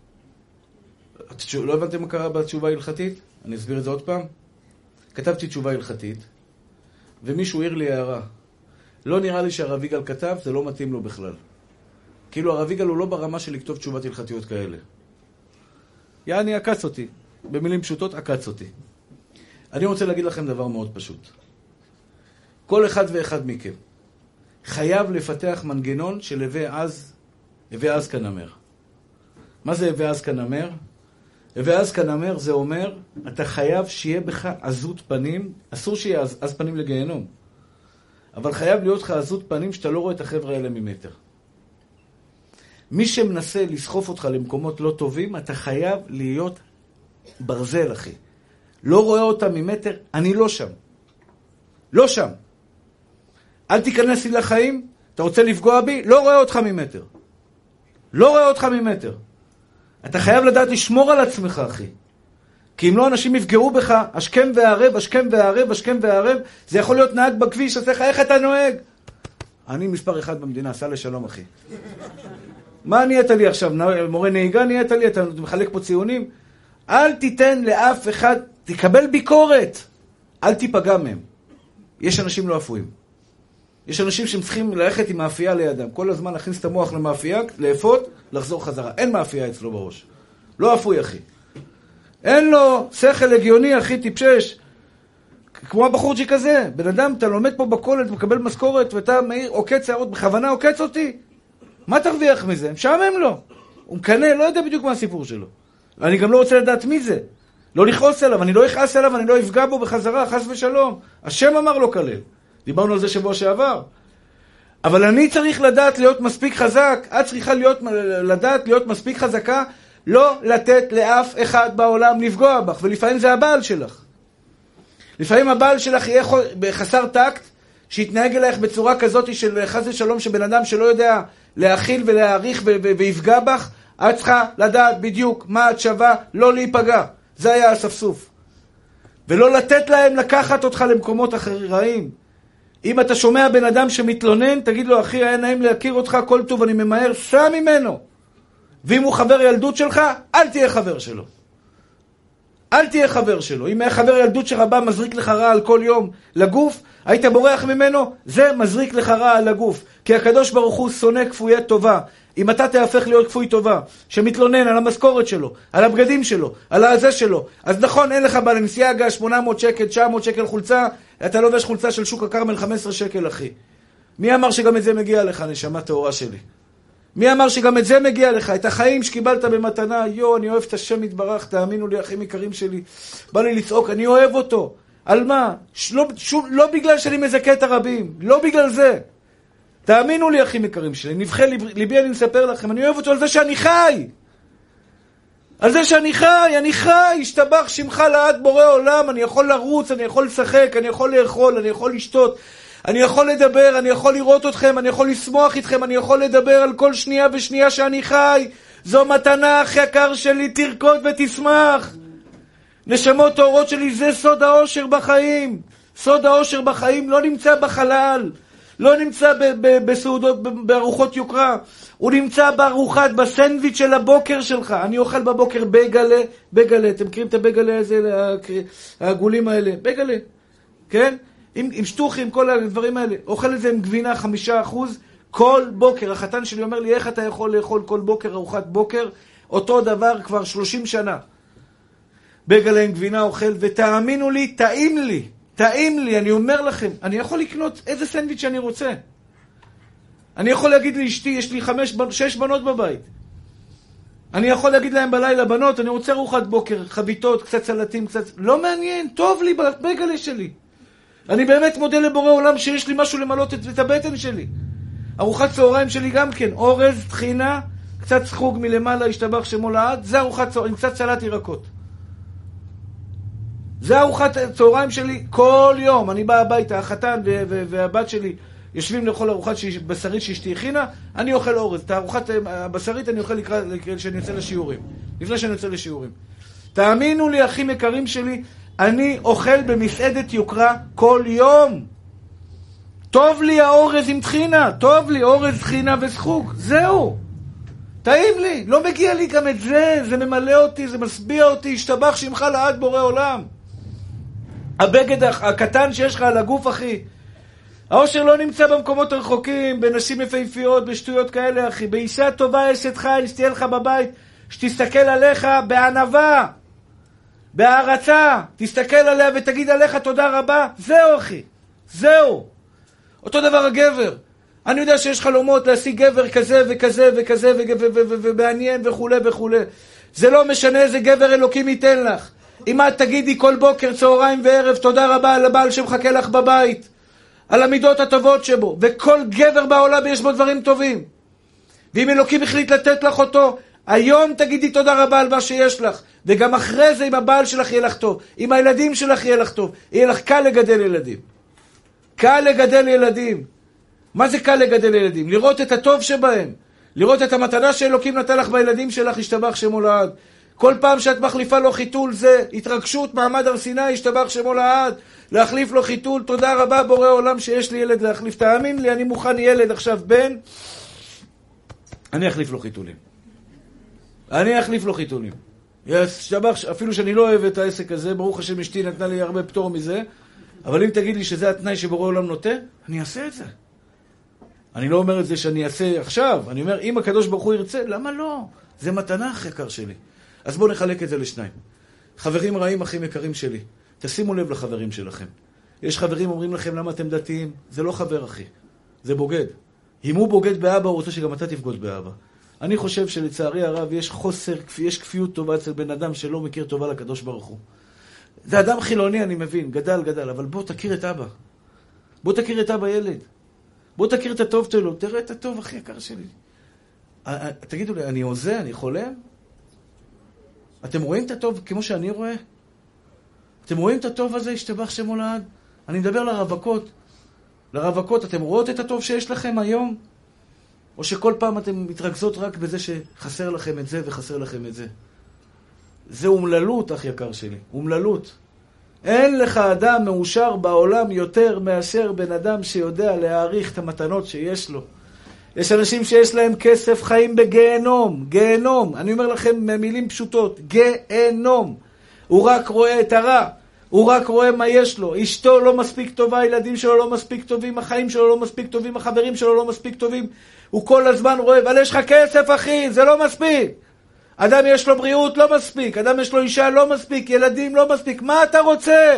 לא הבנתם מה קרה בתשובה הלכתית? אני אסביר את זה עוד פעם. כתבתי תשובה הלכתית, ומישהו העיר לי הערה. לא נראה לי שהרב יגאל כתב, זה לא מתאים לו בכלל. כאילו הרב יגאל הוא לא ברמה של לכתוב תשובת הלכתיות כאלה. יעני, עקץ אותי. במילים פשוטות, עקץ אותי. אני רוצה להגיד לכם דבר מאוד פשוט. כל אחד ואחד מכם חייב לפתח מנגנון של הווה אז, הווה אז כנמר. מה זה הווה אז כנמר? הווה אז כנמר זה אומר, אתה חייב שיהיה בך עזות פנים, אסור שיהיה אז, אז פנים לגיהנום, אבל חייב להיות לך עזות פנים שאתה לא רואה את החבר'ה האלה ממטר. מי שמנסה לסחוף אותך למקומות לא טובים, אתה חייב להיות ברזל, אחי. לא רואה אותם ממטר, אני לא שם. לא שם. אל תיכנס לי לחיים, אתה רוצה לפגוע בי, לא רואה אותך ממטר. לא רואה אותך ממטר. אתה חייב לדעת לשמור על עצמך, אחי. כי אם לא, אנשים יפגעו בך, השכם והערב, השכם והערב, השכם והערב, זה יכול להיות נהג בכביש, עושה לך, איך אתה נוהג? אני מספר אחד במדינה, סע לשלום, אחי. מה נהיית לי עכשיו? מורה נהיגה נהיית לי? אתה מחלק פה ציונים? אל תיתן לאף אחד, תקבל ביקורת. אל תיפגע מהם. יש אנשים לא אפויים. יש אנשים שהם צריכים ללכת עם מאפייה לידם. כל הזמן להכניס את המוח למאפייה, לאפות, לחזור חזרה. אין מאפייה אצלו בראש. לא אפוי, אחי. אין לו שכל הגיוני, אחי, טיפשש. כמו הבחורצ'י כזה. בן אדם, אתה לומד פה בקולת, מקבל משכורת, ואתה מעיר, עוקץ שערות, בכוונה עוקץ אותי. מה תרוויח מזה? משעמם לו. הוא מקנה, לא יודע בדיוק מה הסיפור שלו. אני גם לא רוצה לדעת מי זה. לא לכעוס עליו, אני לא אכעס עליו, אני לא אפגע בו בחזרה, חס ושלום. השם אמר לו כלל. דיברנו על זה שבוע שעבר. אבל אני צריך לדעת להיות מספיק חזק, את צריכה להיות, לדעת להיות מספיק חזקה, לא לתת לאף אחד בעולם לפגוע בך, ולפעמים זה הבעל שלך. לפעמים הבעל שלך יהיה בחסר טקט, שיתנהג אלייך בצורה כזאת של חס ושלום, שבן אדם שלא יודע להכיל ולהעריך ויפגע בך, את צריכה לדעת בדיוק מה את שווה, לא להיפגע. זה היה הספסוף. ולא לתת להם לקחת אותך למקומות אחרים. אם אתה שומע בן אדם שמתלונן, תגיד לו, אחי, היה נעים להכיר אותך, כל טוב, אני ממהר, סע ממנו. ואם הוא חבר ילדות שלך, אל תהיה חבר שלו. אל תהיה חבר שלו. אם היה חבר ילדות שרבה מזריק לך רע על כל יום לגוף, היית בורח ממנו, זה מזריק לך רע על הגוף. כי הקדוש ברוך הוא שונא כפויי טובה. אם אתה תהפך להיות כפוי טובה, שמתלונן על המשכורת שלו, על הבגדים שלו, על הזה שלו, אז נכון, אין לך בלנסיאגה שמונה מאות שקל, תשע מאות שקל חולצה, אתה לובש חולצה של שוק הכרמל חמישה עשר שקל, אחי. מי אמר שגם את זה מגיע לך, נשמה טהורה שלי? מי אמר שגם את זה מגיע לך? את החיים שקיבלת במתנה, יו, אני אוהב את השם יתברך, תאמינו לי, אחים יקרים שלי, בא לי לצעוק, אני אוהב אותו. על מה? לא, שום, לא בגלל שאני מזכה את הרבים, לא בגלל זה. תאמינו לי, אחים יקרים שלי, נבחי ליבי אני מספר לכם, אני אוהב אותו על זה שאני חי. על זה שאני חי, אני חי, השתבח שמך לעד בורא עולם, אני יכול לרוץ, אני יכול לשחק, אני יכול לאכול, אני יכול לשתות, אני יכול לדבר, אני יכול לראות אתכם, אני יכול לשמוח איתכם, אני יכול לדבר על כל שנייה ושנייה שאני חי. זו מתנה, אח יקר שלי, תרקוד ותשמח. נשמות טהורות שלי, זה סוד האושר בחיים. סוד האושר בחיים לא נמצא בחלל. לא נמצא בסעודות, בארוחות יוקרה. הוא נמצא בארוחת, בסנדוויץ' של הבוקר שלך. אני אוכל בבוקר בגלה, בגלה. אתם מכירים את הבגלה הזה, העגולים האלה? בגלה, כן? עם, עם שטוחים, כל הדברים האלה. אוכל את זה עם גבינה חמישה אחוז. כל בוקר, החתן שלי אומר לי, איך אתה יכול לאכול כל בוקר ארוחת בוקר? אותו דבר כבר שלושים שנה. בגלה עם גבינה אוכל, ותאמינו לי, טעים לי. טעים לי, אני אומר לכם, אני יכול לקנות איזה סנדוויץ' שאני רוצה. אני יכול להגיד לאשתי, יש לי חמש, שש בנות בבית. אני יכול להגיד להם בלילה, בנות, אני רוצה ארוחת בוקר, חביתות, קצת סלטים, קצת... לא מעניין, טוב לי בגלה שלי. אני באמת מודה לבורא עולם שיש לי משהו למלות את, את הבטן שלי. ארוחת צהריים שלי גם כן, אורז, תחינה, קצת סחוג מלמעלה, השתבח שמו לעד, זה ארוחת צהריים, קצת סלט ירקות. זה ארוחת צהריים שלי כל יום. אני בא הביתה, החתן והבת שלי יושבים לאכול ארוחת בשרית שאשתי הכינה, אני אוכל אורז. את הארוחת הבשרית אני אוכל לקרוא שאני יוצא לשיעורים. לפני שאני יוצא לשיעורים. תאמינו לי, אחים יקרים שלי, אני אוכל במסעדת יוקרה כל יום. טוב לי האורז עם תחינה, טוב לי אורז, תחינה וסחוג. זהו. טעים לי, לא מגיע לי גם את זה, זה ממלא אותי, זה משביע אותי, השתבח שמך לעד בורא עולם. הבגד הקטן שיש לך על הגוף, אחי. האושר לא נמצא במקומות הרחוקים, בנשים יפהפיות, בשטויות כאלה, אחי. באישה טובה אשת חיל, שתהיה לך בבית, שתסתכל עליך בענווה, בהערצה, תסתכל עליה ותגיד עליך תודה רבה. זהו, אחי. זהו. אותו דבר הגבר. אני יודע שיש חלומות להשיג גבר כזה וכזה וכזה ומעניין וכו' וכו'. זה לא משנה איזה גבר אלוקים ייתן לך. אם את תגידי כל בוקר, צהריים וערב, תודה רבה על הבעל שמחכה לך בבית, על המידות הטובות שבו, וכל גבר בעולם יש בו דברים טובים. ואם אלוקים החליט לתת לך אותו, היום תגידי תודה רבה על מה שיש לך. וגם אחרי זה, אם הבעל שלך יהיה לך טוב, אם הילדים שלך יהיה לך טוב, יהיה לך קל לגדל ילדים. קל לגדל ילדים. מה זה קל לגדל ילדים? לראות את הטוב שבהם. לראות את המתנה שאלוקים נתן לך בילדים שלך, השתבח שמו לעד. כל פעם שאת מחליפה לו חיתול זה התרגשות, מעמד הר סיני, השתבח שמו לעד. להחליף לו חיתול, תודה רבה בורא עולם שיש לי ילד להחליף. תאמין לי, אני מוכן ילד עכשיו בן, אני אחליף לו חיתולים. אני אחליף לו חיתולים. השתבח, אפילו שאני לא אוהב את העסק הזה, ברוך השם אשתי נתנה לי הרבה פטור מזה, אבל אם תגיד לי שזה התנאי שבורא עולם נוטה, אני אעשה את זה. אני לא אומר את זה שאני אעשה עכשיו, אני אומר, אם הקדוש ברוך הוא ירצה, למה לא? זה מתנה, יקר שלי. אז בואו נחלק את זה לשניים. חברים רעים, אחים יקרים שלי, תשימו לב לחברים שלכם. יש חברים אומרים לכם למה אתם דתיים, זה לא חבר אחי, זה בוגד. אם הוא בוגד באבא, הוא רוצה שגם אתה תבגוד באבא. אני חושב שלצערי הרב יש חוסר, יש כפיות טובה אצל בן אדם שלא מכיר טובה לקדוש ברוך הוא. זה אדם חילוני, אני מבין, גדל גדל, אבל בוא תכיר את אבא. בוא תכיר את אבא ילד. בוא תכיר את הטוב שלו, תראה את הטוב, אחי יקר שלי. תגידו לי, אני עוזה, אני חולם? אתם רואים את הטוב כמו שאני רואה? אתם רואים את הטוב הזה, השתבח שמו לעד? אני מדבר לרווקות. לרווקות, אתם רואות את הטוב שיש לכם היום? או שכל פעם אתם מתרכזות רק בזה שחסר לכם את זה וחסר לכם את זה? זה אומללות, אח יקר שלי. אומללות. אין לך אדם מאושר בעולם יותר מאשר בן אדם שיודע להעריך את המתנות שיש לו. יש אנשים שיש להם כסף, חיים בגיהנום. גיהנום. אני אומר לכם מילים פשוטות. גיהנום. הוא רק רואה את הרע. הוא רק רואה מה יש לו. אשתו לא מספיק טובה, הילדים שלו לא מספיק טובים, החיים שלו לא מספיק טובים, החברים שלו לא מספיק טובים. הוא כל הזמן רואה, אבל יש לך כסף אחי, זה לא מספיק. אדם יש לו בריאות, לא מספיק. אדם יש לו אישה, לא מספיק. ילדים, לא מספיק. מה אתה רוצה?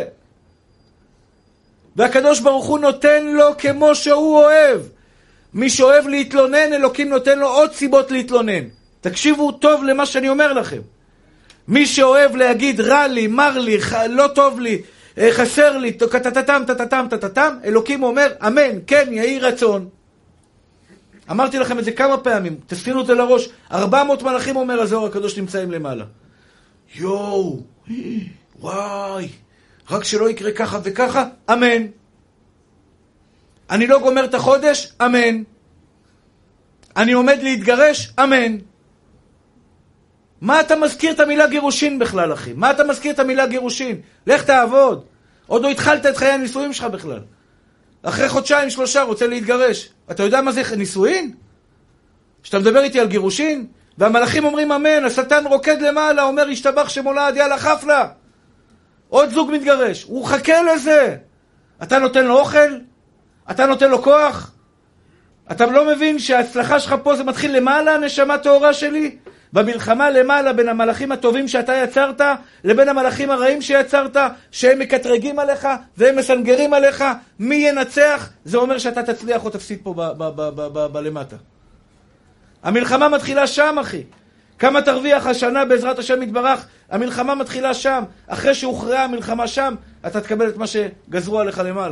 והקדוש ברוך הוא נותן לו כמו שהוא אוהב. מי שאוהב להתלונן, אלוקים נותן לו עוד סיבות להתלונן. תקשיבו טוב למה שאני אומר לכם. מי שאוהב להגיד רע לי, מר לי, לא טוב לי, חסר לי, טטטם, טטטם, טטטם, אלוקים אומר, אמן, כן, יהי רצון. אמרתי לכם את זה כמה פעמים, תסתכלו את זה לראש, ארבע מאות מלאכים אומר הזוהר הקדוש נמצאים למעלה. יואו, וואי, רק שלא יקרה ככה וככה, אמן. אני לא גומר את החודש, אמן. אני עומד להתגרש, אמן. מה אתה מזכיר את המילה גירושין בכלל, אחי? מה אתה מזכיר את המילה גירושין? לך תעבוד. עוד לא התחלת את חיי הנישואים שלך בכלל. אחרי חודשיים, שלושה, רוצה להתגרש. אתה יודע מה זה נישואין? שאתה מדבר איתי על גירושין, והמלאכים אומרים אמן, השטן רוקד למעלה, אומר השתבח שמו לעד, יאללה חפלה. עוד זוג מתגרש. הוא חכה לזה. אתה נותן לו אוכל? אתה נותן לו כוח? אתה לא מבין שההצלחה שלך פה זה מתחיל למעלה, נשמה טהורה שלי? במלחמה למעלה בין המלאכים הטובים שאתה יצרת לבין המלאכים הרעים שיצרת, שהם מקטרגים עליך והם מסנגרים עליך, מי ינצח? זה אומר שאתה תצליח או תפסיד פה בלמטה. המלחמה מתחילה שם, אחי. כמה תרוויח השנה בעזרת השם יתברך? המלחמה מתחילה שם. אחרי שהוכרעה המלחמה שם, אתה תקבל את מה שגזרו עליך למעלה.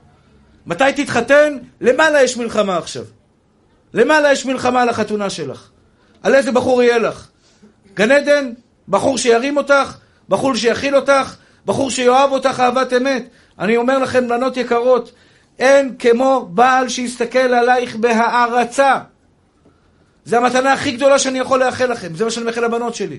מתי תתחתן? למעלה יש מלחמה עכשיו. למעלה יש מלחמה על החתונה שלך. על איזה בחור יהיה לך? גן עדן? בחור שירים אותך? בחור שיכיל אותך? בחור שיואב אותך אהבת אמת? אני אומר לכם, בנות יקרות, אין כמו בעל שיסתכל עלייך בהערצה. זה המתנה הכי גדולה שאני יכול לאחל לכם. זה מה שאני מאחל לבנות שלי.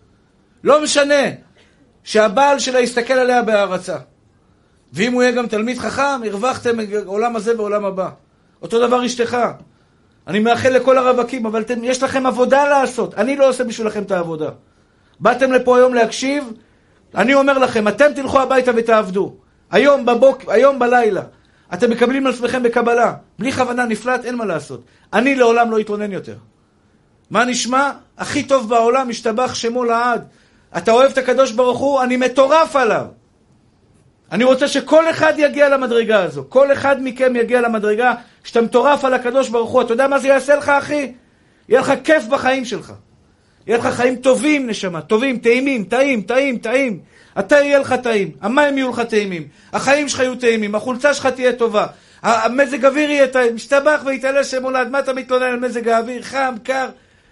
לא משנה שהבעל שלה יסתכל עליה בהערצה. ואם הוא יהיה גם תלמיד חכם, הרווחתם עולם הזה ועולם הבא. אותו דבר אשתך. אני מאחל לכל הרווקים, אבל אתם, יש לכם עבודה לעשות. אני לא עושה בשבילכם את העבודה. באתם לפה היום להקשיב, אני אומר לכם, אתם תלכו הביתה ותעבדו. היום בבוק, היום בלילה. אתם מקבלים על עצמכם בקבלה. בלי כוונה נפלט, אין מה לעשות. אני לעולם לא אתרונן יותר. מה נשמע? הכי טוב בעולם, משתבח שמו לעד. אתה אוהב את הקדוש ברוך הוא, אני מטורף עליו. אני רוצה שכל אחד יגיע למדרגה הזו. כל אחד מכם יגיע למדרגה שאתה מטורף על הקדוש ברוך הוא. אתה יודע מה זה יעשה לך, אחי? יהיה לך כיף בחיים שלך. יהיה לך חיים טובים, נשמה. טובים, טעימים, טעים, טעים, טעים. אתה יהיה לך טעים. המים יהיו לך טעימים. החיים שלך יהיו טעימים. החולצה שלך תהיה טובה. המזג אוויר יהיה טעים. משתבח ויתעלה שם הולד. מה אתה מתלונן על מזג האוויר? חם, קר.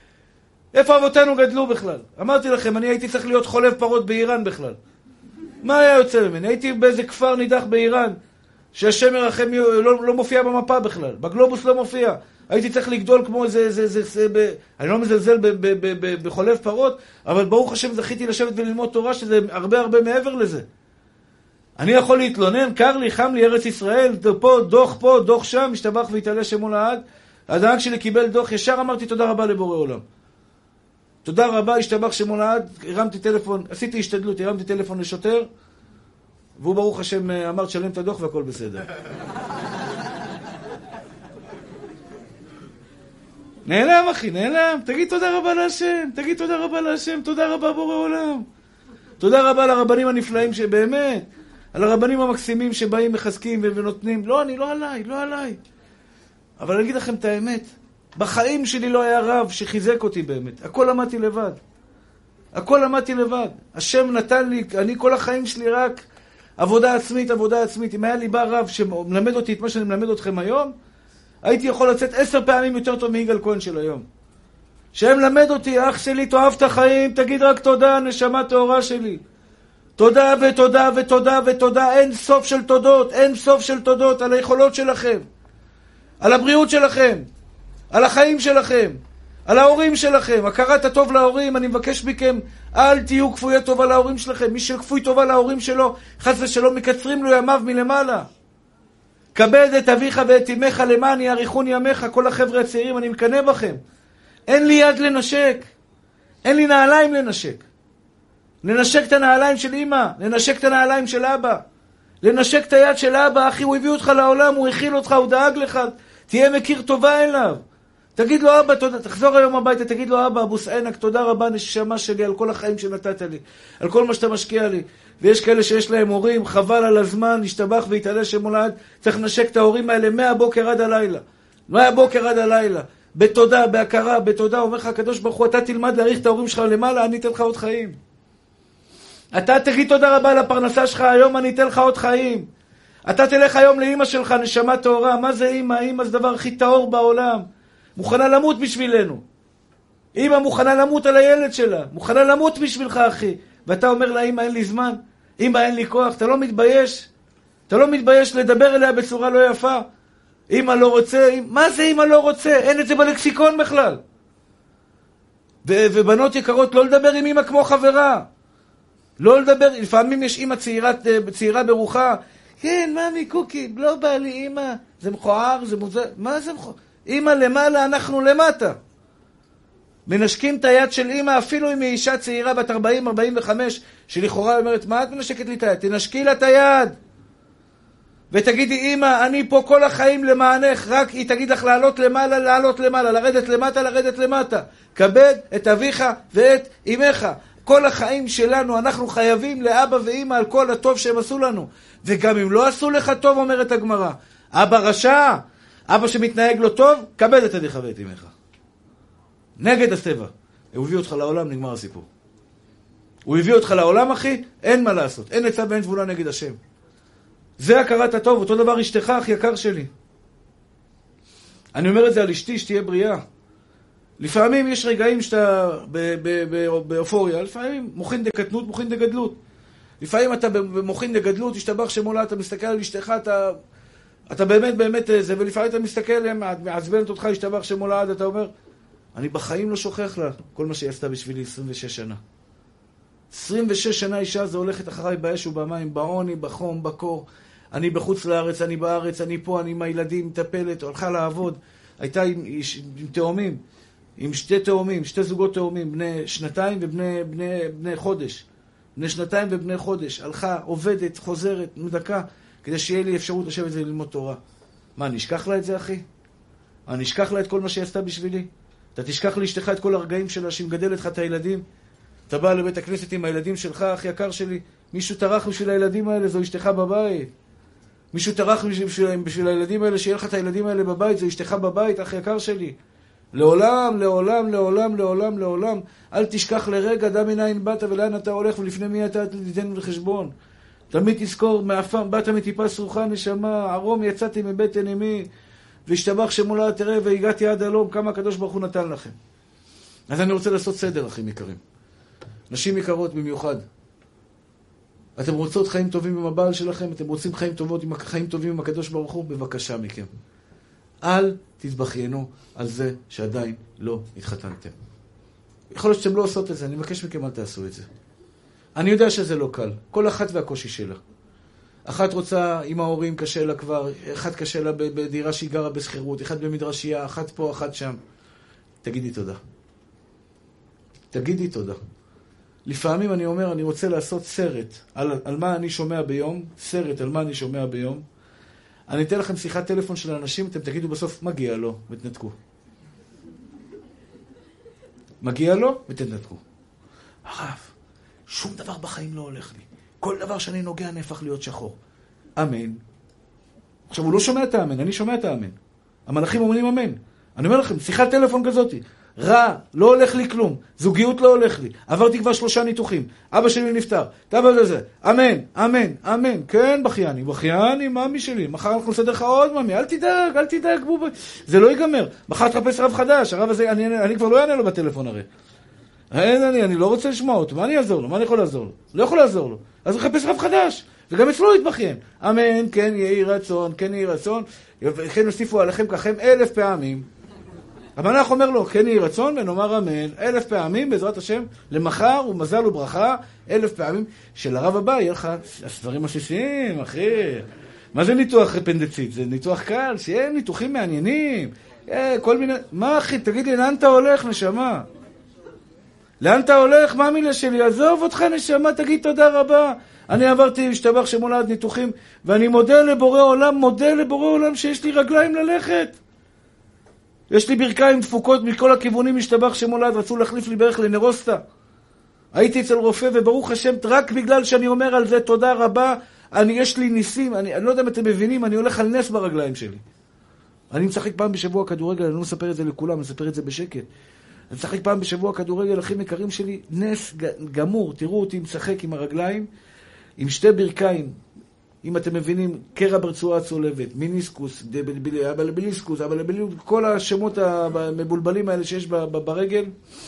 איפה אבותינו גדלו בכלל? אמרתי לכם, אני הייתי צריך להיות חולב פרות באיראן בכלל. מה היה יוצא ממני? הייתי באיזה כפר נידח באיראן, שהשם ירחם לא, לא מופיע במפה בכלל. בגלובוס לא מופיע. הייתי צריך לגדול כמו איזה, זה, זה, זה, ב... אני לא מזלזל ב, ב, ב, ב, בחולב פרות, אבל ברוך השם זכיתי לשבת וללמוד תורה, שזה הרבה הרבה מעבר לזה. אני יכול להתלונן, קר לי, חם לי, ארץ ישראל, פה, דוח פה, דוח שם, משתבח ויתעלה שמו לעד. הדאג שלי קיבל דוח, ישר אמרתי תודה רבה לבורא עולם. תודה רבה, השתבח שמו לעד, הרמתי טלפון, עשיתי השתדלות, הרמתי טלפון לשוטר, והוא ברוך השם אמר תשלם את הדוח והכל בסדר. נעלם אחי, נעלם, תגיד תודה רבה להשם, תגיד תודה רבה להשם, תודה רבה בורא עולם. תודה רבה לרבנים הנפלאים שבאמת, על הרבנים המקסימים שבאים מחזקים ונותנים, לא אני, לא עליי, לא עליי. אבל אני אגיד לכם את האמת, בחיים שלי לא היה רב שחיזק אותי באמת. הכל למדתי לבד. הכל למדתי לבד. השם נתן לי, אני כל החיים שלי רק עבודה עצמית, עבודה עצמית. אם היה לי בא רב שמלמד אותי את מה שאני מלמד אתכם היום, הייתי יכול לצאת עשר פעמים יותר טוב מיגאל כהן של היום. שהם למד אותי, אח שלי, תאהב את החיים, תגיד רק תודה, נשמה טהורה שלי. תודה ותודה ותודה ותודה, אין סוף של תודות, אין סוף של תודות על היכולות שלכם, על הבריאות שלכם. על החיים שלכם, על ההורים שלכם, הכרת הטוב להורים. אני מבקש מכם, אל תהיו כפויי טובה להורים שלכם. מי שכפוי טובה להורים שלו, חס ושלום מקצרים לו ימיו מלמעלה. כבד את אביך ואת אמך למען יאריכון ימיך. כל החבר'ה הצעירים, אני מקנא בכם. אין לי יד לנשק, אין לי נעליים לנשק. לנשק את הנעליים של אמא, לנשק את הנעליים של אבא, לנשק את היד של אבא. אחי, הוא הביא אותך לעולם, הוא הכיל אותך, הוא דאג לך, תהיה מכיר טובה אליו. תגיד לו אבא, תודה, תחזור היום הביתה, תגיד לו אבא, אבוס עינק, תודה רבה נשמה שלי על כל החיים שנתת לי, על כל מה שאתה משקיע לי. ויש כאלה שיש להם הורים, חבל על הזמן, נשתבח ויתעלה שמו לעד, צריך לנשק את ההורים האלה מהבוקר עד הלילה. מהבוקר עד הלילה. בתודה, בהכרה, בתודה, אומר לך הקדוש ברוך הוא, אתה תלמד להעריך את ההורים שלך למעלה, אני אתן לך עוד חיים. אתה תגיד תודה רבה לפרנסה שלך, היום אני אתן לך עוד חיים. אתה תלך היום לאמא שלך, נשמה טהורה. מה זה אמא? אמא זה דבר הכי טהור בעולם. מוכנה למות בשבילנו. אמא מוכנה למות על הילד שלה. מוכנה למות בשבילך, אחי. ואתה אומר לה, אמא אין לי זמן. אמא אין לי כוח. אתה לא מתבייש? אתה לא מתבייש לדבר אליה בצורה לא יפה? אמא לא רוצה. מה זה אמא לא רוצה? אין את זה בלקסיקון בכלל. ו- ובנות יקרות, לא לדבר עם אמא כמו חברה. לא לדבר. לפעמים יש אמא צעירה, צעירה ברוחה. כן, ממי, קוקי, לא בא לי, אמא. זה מכוער, זה מוזר. מה זה מכוער? אמא למעלה, אנחנו למטה. מנשקים את היד של אמא, אפילו אם היא אישה צעירה בת ארבעים ארבעים וחמש, שלכאורה אומרת, מה את מנשקת לי את היד? תנשקי לה את היד. ותגידי, אמא, אני פה כל החיים למענך, רק היא תגיד לך לעלות למעלה, לעלות למעלה, לרדת למטה, לרדת למטה. כבד את אביך ואת אמך. כל החיים שלנו אנחנו חייבים לאבא ואמא על כל הטוב שהם עשו לנו. וגם אם לא עשו לך טוב, אומרת הגמרא, אבא רשע, אבא שמתנהג לו טוב, כבד את אביך ואת אמך. נגד הטבע. הוא הביא אותך לעולם, נגמר הסיפור. הוא הביא אותך לעולם, אחי, אין מה לעשות. אין עצה ואין תבונה נגד השם. זה הכרת הטוב, אותו דבר אשתך, אח יקר שלי. אני אומר את זה על אשתי, שתהיה בריאה. לפעמים יש רגעים שאתה באופוריה, לפעמים מוכין דקטנות, מוכין דגדלות. לפעמים אתה במוכין דגדלות, השתבח שמולה, אתה מסתכל על אשתך, אתה, אתה באמת באמת זה, ולפעמים אתה מסתכל, מעצבנת אותך, השתבח שמולה, אתה אומר, אני בחיים לא שוכח לה כל מה שהיא עשתה בשבילי עשרים ושש שנה. עשרים ושש שנה אישה זה הולכת אחריי באש ובמים, בעוני, בחום, בקור. אני בחוץ לארץ, אני בארץ, אני פה, אני עם הילדים, מטפלת, הולכה לעבוד. הייתה עם, עם תאומים, עם שתי תאומים, שתי זוגות תאומים, בני שנתיים ובני בני, בני חודש. בני שנתיים ובני חודש. הלכה, עובדת, חוזרת, מדקה, כדי שיהיה לי אפשרות לשבת וללמוד תורה. מה, אני אשכח לה את זה, אחי? אני אשכח לה את כל מה שהיא עשתה בשבילי? אתה תשכח לאשתך את כל הרגעים שלה, שהיא מגדלת לך את הילדים? אתה בא לבית הכנסת עם הילדים שלך, אח יקר שלי, מישהו טרח בשביל הילדים האלה, זו אשתך בבית. מישהו טרח בשביל, בשביל הילדים האלה, שיהיה לך את הילדים האלה בבית, זו אשתך בבית, אח יקר שלי. לעולם, לעולם, לעולם, לעולם, לעולם. אל תשכח לרגע, דע מנין באת ולאן אתה הולך ולפני מי אתה תיתן לחשבון. תמיד תזכור, מאפם באת מטיפה סרוחה נשמה, ערום יצאתי מבטן אמי, והשתבח שמולה תראה והגעתי עד הלום, כמה הקדוש ברוך הוא נתן לכם. אז אני רוצה לעשות סדר, אחים יקרים. נשים יקרות במיוחד. אתם רוצות חיים טובים עם הבעל שלכם? אתם רוצים חיים טובות עם חיים טובים עם הקדוש ברוך הוא? בבקשה מכם. אל תתבחיינו על זה שעדיין לא התחתנתם. יכול להיות שאתם לא עושות את זה, אני מבקש מכם אל תעשו את זה. אני יודע שזה לא קל. כל אחת והקושי שלה. אחת רוצה עם ההורים, קשה לה כבר, אחת קשה לה בדירה שהיא גרה בסחירות, אחת במדרשייה, אחת פה, אחת שם. תגידי תודה. תגידי תודה. לפעמים אני אומר, אני רוצה לעשות סרט על, על מה אני שומע ביום, סרט על מה אני שומע ביום. אני אתן לכם שיחת טלפון של אנשים, אתם תגידו בסוף, מגיע לו, ותנתקו. מגיע לו, ותנתקו. הרב, שום דבר בחיים לא הולך לי. כל דבר שאני נוגע נהפך להיות שחור. אמן. עכשיו, הוא לא שומע את האמן, אני שומע את האמן. המלאכים אומרים אמן. אני אומר לכם, שיחת טלפון כזאת. רע, לא הולך לי כלום. זוגיות לא הולך לי. עברתי כבר שלושה ניתוחים. אבא שלי נפטר. תבוא לזה. אמן, אמן, אמן. כן, בחייני. בחייני, מאמי שלי. מחר אנחנו נסדר לך עוד, מאמי. אל תדאג, אל תדאג. בוב. זה לא ייגמר. מחר תחפש רב חדש. הרב הזה, אני, אני, אני כבר לא אענה לו בטלפון הרי. אין, אני, אני לא רוצה לשמוע אותו. מה אני אעזור לו? מה אני יכול לעזור לו? לא יכול לעזור לו. אז נחפש רב חדש. וגם אצלו יתבחיין. אמן, כן יהי רצון, כן יהי רצון. כן נוסיפו עליכם ככם אלף פעמים. המלאך אומר לו, כן יהי רצון, ונאמר אמן, אלף פעמים, בעזרת השם, למחר ומזל וברכה, אלף פעמים, שלרב הבא יהיה לך הסברים עסיסיים, אחי. מה זה ניתוח אפנדציט? זה ניתוח קל, שיהיה ניתוחים מעניינים, כל מיני... מה אחי, תגיד לי, לאן אתה הולך, נשמה? לאן אתה הולך? מה המילה שלי? עזוב אותך, נשמה, תגיד תודה רבה. אני עברתי, השתבח שמולד ניתוחים, ואני מודה לבורא עולם, מודה לבורא עולם שיש לי רגליים ללכת. יש לי ברכיים דפוקות מכל הכיוונים, משתבח שמולד, רצו להחליף לי בערך לנרוסטה. הייתי אצל רופא, וברוך השם, רק בגלל שאני אומר על זה תודה רבה, אני, יש לי ניסים, אני, אני לא יודע אם אתם מבינים, אני הולך על נס ברגליים שלי. אני משחק פעם בשבוע כדורגל, אני לא מספר את זה לכולם, אני מספר את זה בשקט. אני משחק פעם בשבוע כדורגל, אחים יקרים שלי, נס גמור, תראו אותי משחק עם הרגליים, עם שתי ברכיים, אם אתם מבינים, קרע ברצועה צולבת, מיניסקוס, אבלבליסקוס, כל השמות המבולבלים האלה שיש ברגל,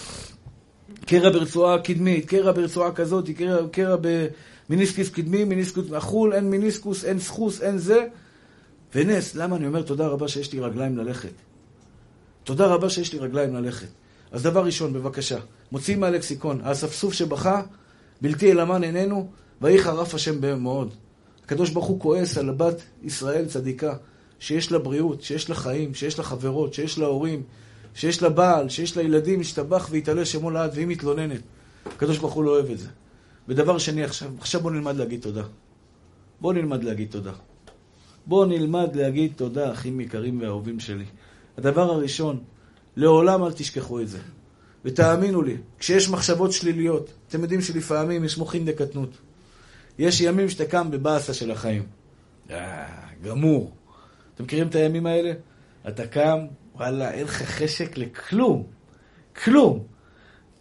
קרע ברצועה קדמית, קרע ברצועה כזאת, קרע, קרע במיניסקוס קדמי, מיניסקוס מחול, אין מיניסקוס, אין סחוס, אין זה. ונס, למה אני אומר תודה רבה שיש לי רגליים ללכת? תודה רבה שיש לי רגליים ללכת. אז דבר ראשון, בבקשה, מוציאים מהלקסיקון, האספסוף שבכה, בלתי אלמן איננו, ויהי חרף השם בהם מאוד. הקדוש ברוך הוא כועס על הבת ישראל צדיקה, שיש לה בריאות, שיש לה חיים, שיש לה חברות, שיש לה הורים, שיש לה בעל, שיש לה ילדים, משתבח ויתעלה שמו לעד, והיא מתלוננת. הקדוש ברוך הוא לא אוהב את זה. ודבר שני, עכשיו, עכשיו בוא נלמד להגיד תודה. בוא נלמד להגיד תודה. בוא נלמד להגיד תודה, אחים יקרים ואהובים שלי. הדבר הראשון, לעולם אל תשכחו את זה. ותאמינו לי, כשיש מחשבות שליליות, אתם יודעים שלפעמים יש מוחין דקטנות. יש ימים שאתה קם בבאסה של החיים. אה, גמור. אתם מכירים את הימים האלה? אתה קם, וואלה, אין לך חשק לכלום. כלום.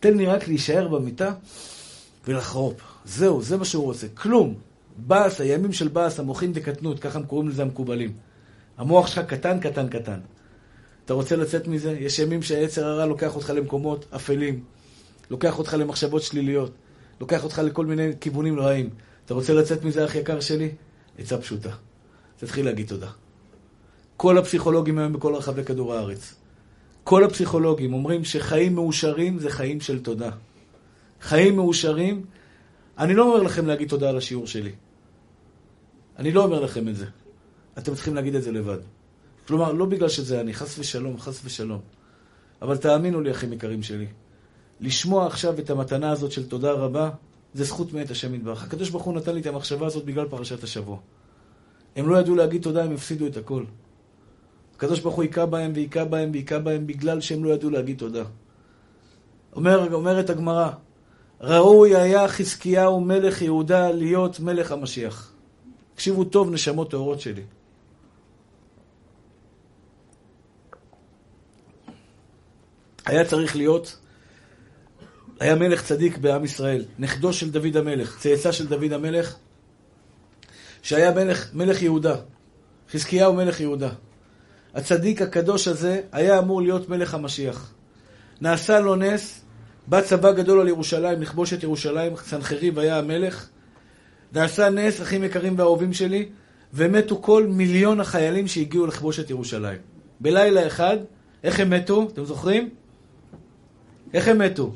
תן לי רק להישאר במיטה ולחרופ. זהו, זה מה שהוא רוצה. כלום. באס, הימים של באס, המוחים דקטנות, ככה הם קוראים לזה המקובלים. המוח שלך קטן, קטן, קטן. אתה רוצה לצאת מזה? יש ימים שהיצר הרע לוקח אותך למקומות אפלים. לוקח אותך למחשבות שליליות. לוקח אותך לכל מיני כיוונים רעים. אתה רוצה לצאת מזה, אח יקר שלי? עצה פשוטה. תתחיל להגיד תודה. כל הפסיכולוגים היום בכל רחבי כדור הארץ. כל הפסיכולוגים אומרים שחיים מאושרים זה חיים של תודה. חיים מאושרים, אני לא אומר לכם להגיד תודה על השיעור שלי. אני לא אומר לכם את זה. אתם צריכים להגיד את זה לבד. כלומר, לא בגלל שזה אני, חס ושלום, חס ושלום. אבל תאמינו לי, אחים יקרים שלי. לשמוע עכשיו את המתנה הזאת של תודה רבה, זה זכות מאת השם יתברך. הקדוש ברוך הוא נתן לי את המחשבה הזאת בגלל פרשת השבוע. הם לא ידעו להגיד תודה, הם הפסידו את הכל. הקדוש ברוך הוא יקע בהם ויקע בהם ויקע בהם בגלל שהם לא ידעו להגיד תודה. אומר, אומרת הגמרא, ראוי היה חזקיהו מלך יהודה להיות מלך המשיח. תקשיבו טוב, נשמות טהורות שלי. היה צריך להיות, היה מלך צדיק בעם ישראל, נכדו של דוד המלך, צאצא של דוד המלך, שהיה מלך, מלך יהודה. חזקיהו מלך יהודה. הצדיק הקדוש הזה היה אמור להיות מלך המשיח. נעשה לו נס, בא צבא גדול על ירושלים, לכבוש את ירושלים, סנחריב היה המלך. נעשה נס, אחים יקרים ואהובים שלי, ומתו כל מיליון החיילים שהגיעו לכבוש את ירושלים. בלילה אחד, איך הם מתו? אתם זוכרים? איך הם מתו?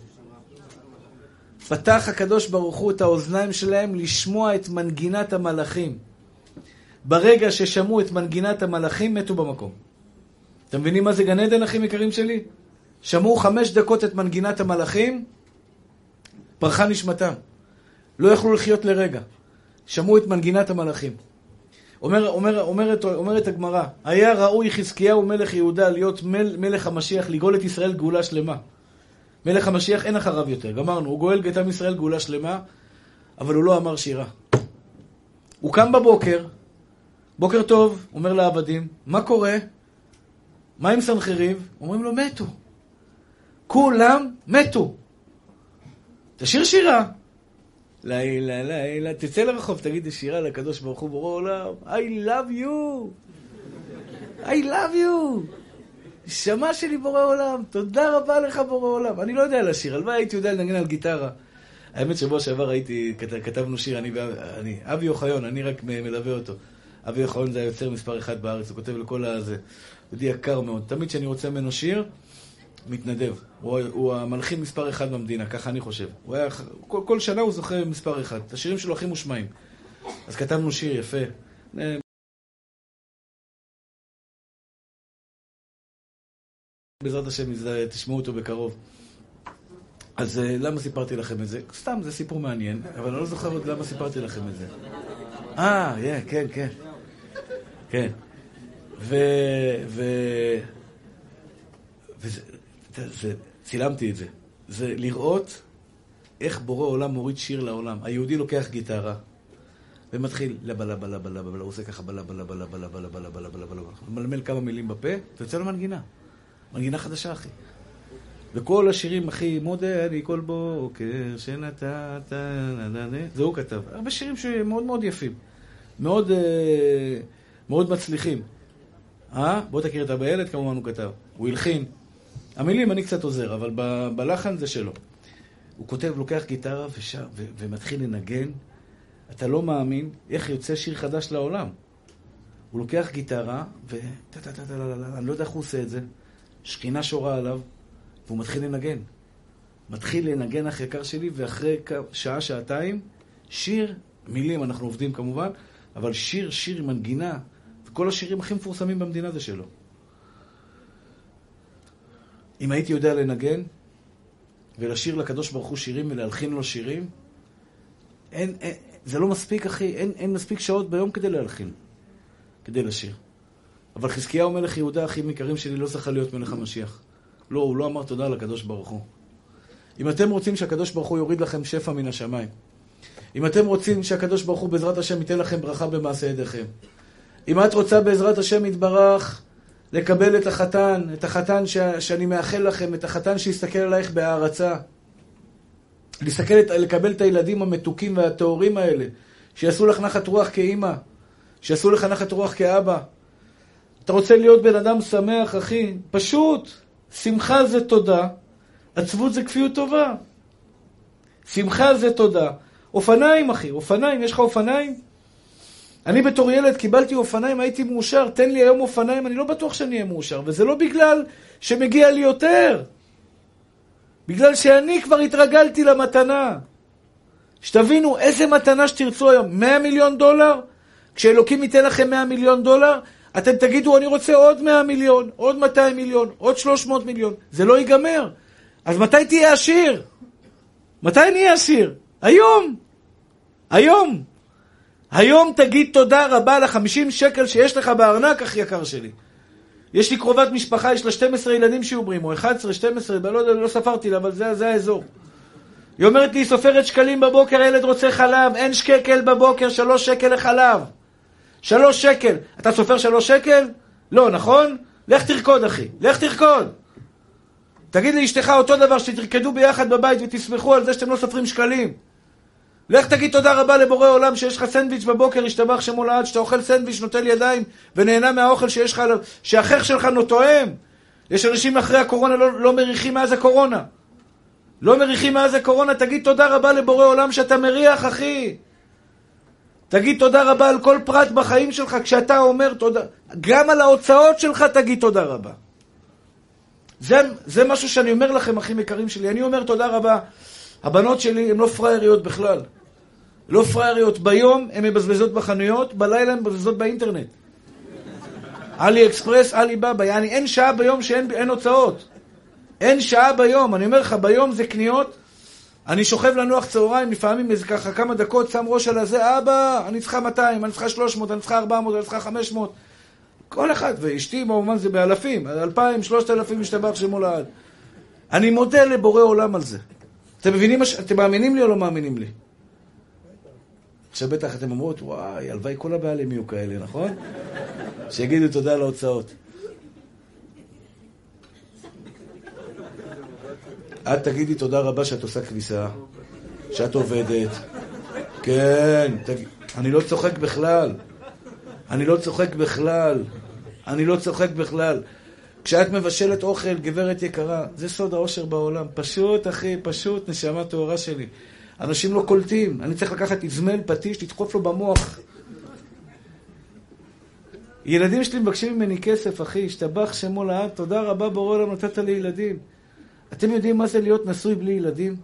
פתח הקדוש ברוך הוא את האוזניים שלהם לשמוע את מנגינת המלאכים. ברגע ששמעו את מנגינת המלאכים, מתו במקום. אתם מבינים מה זה גן עדן, אחים יקרים שלי? שמעו חמש דקות את מנגינת המלאכים, פרחה נשמתם. לא יכלו לחיות לרגע. שמעו את מנגינת המלאכים. אומר, אומר, אומרת, אומרת הגמרא, היה ראוי חזקיהו מלך יהודה להיות מל, מלך המשיח, לגאול את ישראל גאולה שלמה. מלך המשיח אין אחריו יותר. גמרנו, הוא גואל את עם ישראל גאולה שלמה, אבל הוא לא אמר שירה. הוא קם בבוקר, בוקר טוב, אומר לעבדים, מה קורה? מה עם סנחריב? אומרים לו, מתו. כולם מתו. תשיר שירה. לילה, לילה, תצא לרחוב, תגיד שירה לקדוש ברוך הוא בורא עולם. I love you. I love you. שמע שלי בורא עולם. תודה רבה לך בורא עולם. אני לא יודע לשיר, הלוואי הייתי יודע לנגן על גיטרה. האמת שבוע שעבר הייתי, כתבנו שיר, אני, אני, אבי אוחיון, אני רק מלווה אותו. אבי אוחיון זה היוצר מספר אחד בארץ, הוא כותב לכל הזה. הוא די יקר מאוד. תמיד שאני רוצה ממנו שיר, מתנדב. הוא, הוא המלחין מספר אחד במדינה, ככה אני חושב. הוא היה, כל, כל שנה הוא זוכה מספר אחד. את השירים שלו הכי מושמעים. אז כתבנו שיר יפה. בעזרת השם, תשמעו אותו בקרוב. אז למה סיפרתי לכם את זה? סתם, זה סיפור מעניין, אבל אני לא זוכר עוד למה סיפרתי לכם את זה. אה, yeah, כן, כן. כן. ו... ו... וזה... זה... צילמתי את זה. זה לראות איך בורא עולם מוריד שיר לעולם. היהודי לוקח גיטרה, ומתחיל לבה לבה לבה לבה, הוא עושה ככה בלה בלה בלה בלה בלה בלה בלה בלה בלה, מלמל כמה מילים בפה, ויוצא לו מנגינה. מנגינה חדשה, אחי. וכל השירים, אחי, מודה אני כל בוקר שנתת, זה הוא כתב. הרבה שירים שמאוד מאוד יפים. מאוד, מאוד מצליחים. אה? בוא תכיר את אבא ילד, כמובן הוא כתב. הוא הלחין. המילים אני קצת עוזר, אבל ב- בלחן זה שלו. הוא כותב, לוקח גיטרה ושר, ו- ומתחיל לנגן. אתה לא מאמין איך יוצא שיר חדש לעולם. הוא לוקח גיטרה, ו... אני לא יודע איך הוא עושה את זה. שכינה שורה עליו, והוא מתחיל לנגן. מתחיל לנגן אחרי יקר שלי, ואחרי שעה, שעתיים, שיר, מילים, אנחנו עובדים כמובן, אבל שיר, שיר עם מנגינה, וכל השירים הכי מפורסמים במדינה זה שלו. אם הייתי יודע לנגן, ולשיר לקדוש ברוך הוא שירים, ולהלחין לו שירים, אין, אין, זה לא מספיק, אחי, אין, אין מספיק שעות ביום כדי להלחין, כדי לשיר. אבל חזקיהו מלך יהודה, אחים יקרים שלי, לא זכה להיות מלך המשיח. לא, הוא לא אמר תודה לקדוש ברוך הוא. אם אתם רוצים שהקדוש ברוך הוא יוריד לכם שפע מן השמיים, אם אתם רוצים שהקדוש ברוך הוא בעזרת השם ייתן לכם ברכה במעשה ידיכם, אם את רוצה בעזרת השם יתברך לקבל את החתן, את החתן ש... שאני מאחל לכם, את החתן שיסתכל עלייך בהערצה, להסתכל, לקבל את הילדים המתוקים והטהורים האלה, שיעשו לך נחת רוח כאמא, שיעשו לך נחת רוח כאבא. אתה רוצה להיות בן אדם שמח, אחי? פשוט. שמחה זה תודה, עצבות זה כפיות טובה. שמחה זה תודה. אופניים, אחי, אופניים, יש לך אופניים? אני בתור ילד קיבלתי אופניים, הייתי מאושר, תן לי היום אופניים, אני לא בטוח שאני אהיה מאושר, וזה לא בגלל שמגיע לי יותר. בגלל שאני כבר התרגלתי למתנה. שתבינו איזה מתנה שתרצו היום. מאה מיליון דולר? כשאלוקים ייתן לכם מאה מיליון דולר, אתם תגידו, אני רוצה עוד מאה מיליון, עוד מאתיים מיליון, עוד שלוש מאות מיליון. זה לא ייגמר. אז מתי תהיה עשיר? מתי נהיה עשיר? היום. היום. היום תגיד תודה רבה ל-חמישים שקל שיש לך בארנק, אח יקר שלי. יש לי קרובת משפחה, יש לה שנים עשר ילדים שיעוברים, או אחת עשרה, שתים עשרה, לא, לא, לא ספרתי לה, אבל זה, זה האזור. היא אומרת לי, סופרת שקלים בבוקר, הילד רוצה חלב, אין שקל בבוקר, שלוש שקל לחלב. שלוש שקל. אתה סופר שלוש שקל? לא, נכון? לך תרקוד, אחי. לך תרקוד. תגיד לאשתך אותו דבר, שתרקדו ביחד בבית ותסמכו על זה שאתם לא סופרים שקלים. לך תגיד תודה רבה לבורא עולם שיש לך סנדוויץ' בבוקר, השתבח שמו לעד, שאתה אוכל סנדוויץ', נוטל ידיים ונהנה מהאוכל שיש לך, שהחך שלך נוטועם. יש אנשים אחרי הקורונה לא, לא מריחים מאז הקורונה. לא מריחים מאז הקורונה. תגיד תודה רבה לבורא עולם שאתה מריח, אחי. תגיד תודה רבה על כל פרט בחיים שלך, כשאתה אומר תודה. גם על ההוצאות שלך תגיד תודה רבה. זה, זה משהו שאני אומר לכם, אחים יקרים שלי. אני אומר תודה רבה. הבנות שלי הן לא פרייריות בכלל. לא פרייריות. ביום הן מבזבזות בחנויות, בלילה הן מבזבזות באינטרנט. אלי אקספרס, אלי בבא. יעני, אין שעה ביום שאין אין הוצאות. אין שעה ביום. אני אומר לך, ביום זה קניות. אני שוכב לנוח צהריים, לפעמים איזה ככה כמה דקות, שם ראש על הזה, אבא, אני צריכה מאתיים, אני צריכה שלוש מאות, אני צריכה ארבע מאות, אני צריכה חמש מאות. כל אחד, ואשתי באומן זה באלפים, אלפיים, שלושת אלפים משתבח שמו לעד. אני מודה לבורא עולם על זה. אתם מבינים, אתם מאמינים לי או לא מאמינים לי? עכשיו בטח אתם אומרות, וואי, הלוואי כל הבעלים יהיו כאלה, נכון? שיגידו תודה על ההוצאות. את תגידי תודה רבה שאת עושה כביסה, שאת עובדת. כן, תגיד, אני לא צוחק בכלל. אני לא צוחק בכלל. אני לא צוחק בכלל. כשאת מבשלת אוכל, גברת יקרה, זה סוד האושר בעולם. פשוט, אחי, פשוט, נשמה תאורה שלי. אנשים לא קולטים. אני צריך לקחת איזמל, פטיש, תדחוף לו במוח. ילדים שלי מבקשים ממני כסף, אחי, השתבח שמו לעד, תודה רבה בורא עולם נתת לי ילדים. אתם יודעים מה זה להיות נשוי בלי ילדים?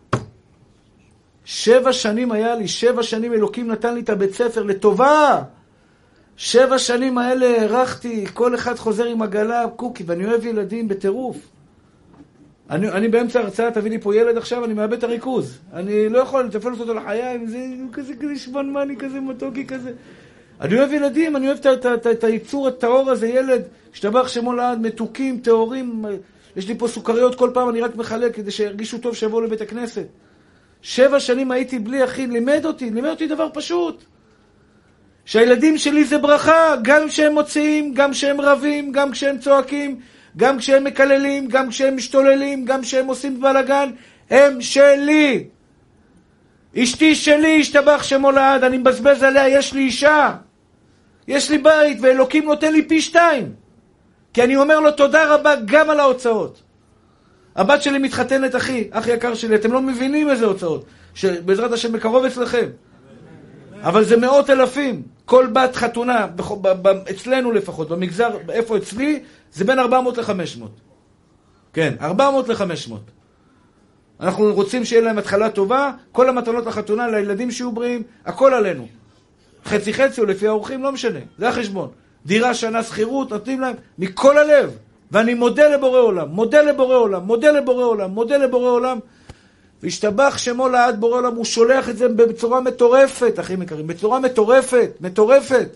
שבע שנים היה לי, שבע שנים אלוקים נתן לי את הבית ספר לטובה. שבע שנים האלה הרחתי, כל אחד חוזר עם עגלה, קוקי, ואני אוהב ילדים בטירוף. אני, אני באמצע הרצאה, תביא לי פה ילד עכשיו, אני מאבד את הריכוז. אני לא יכול לתפל אותו לחיים, זה כזה כזה שבנמני, כזה מתוקי כזה. אני אוהב ילדים, אני אוהב את, את, את, את היצור, את האור הזה, ילד, השתבח שמו לעד, מתוקים, טהורים. יש לי פה סוכריות, כל פעם אני רק מחלק כדי שירגישו טוב שיבואו לבית הכנסת. שבע שנים הייתי בלי, אחי, לימד אותי, לימד אותי דבר פשוט. שהילדים שלי זה ברכה, גם כשהם מוציאים, גם כשהם רבים, גם כשהם צועקים, גם כשהם מקללים, גם כשהם משתוללים, גם כשהם עושים בלגן, הם שלי. אשתי שלי, השתבח שמו לעד, אני מבזבז עליה, יש לי אישה. יש לי בית, ואלוקים נותן לי פי שתיים. כי אני אומר לו תודה רבה גם על ההוצאות. הבת שלי מתחתנת, אחי, אח יקר שלי, אתם לא מבינים איזה הוצאות. שבעזרת השם בקרוב אצלכם. אבל זה מאות אלפים. כל בת חתונה, אצלנו לפחות, במגזר, איפה אצלי, זה בין ארבע מאות ל-חמש מאות. כן, ארבע מאות ל-חמש מאות. אנחנו רוצים שיהיה להם התחלה טובה, כל המתנות לחתונה, לילדים שיהיו בריאים, הכל עלינו. חצי חצי או לפי האורחים, לא משנה. זה החשבון. דירה, שנה, שכירות, נותנים להם מכל הלב. ואני מודה לבורא עולם, מודה לבורא עולם, מודה לבורא עולם, מודה לבורא עולם. והשתבח שמו לעד בורא עולם, הוא שולח את זה בצורה מטורפת, אחים יקרים, בצורה מטורפת, מטורפת.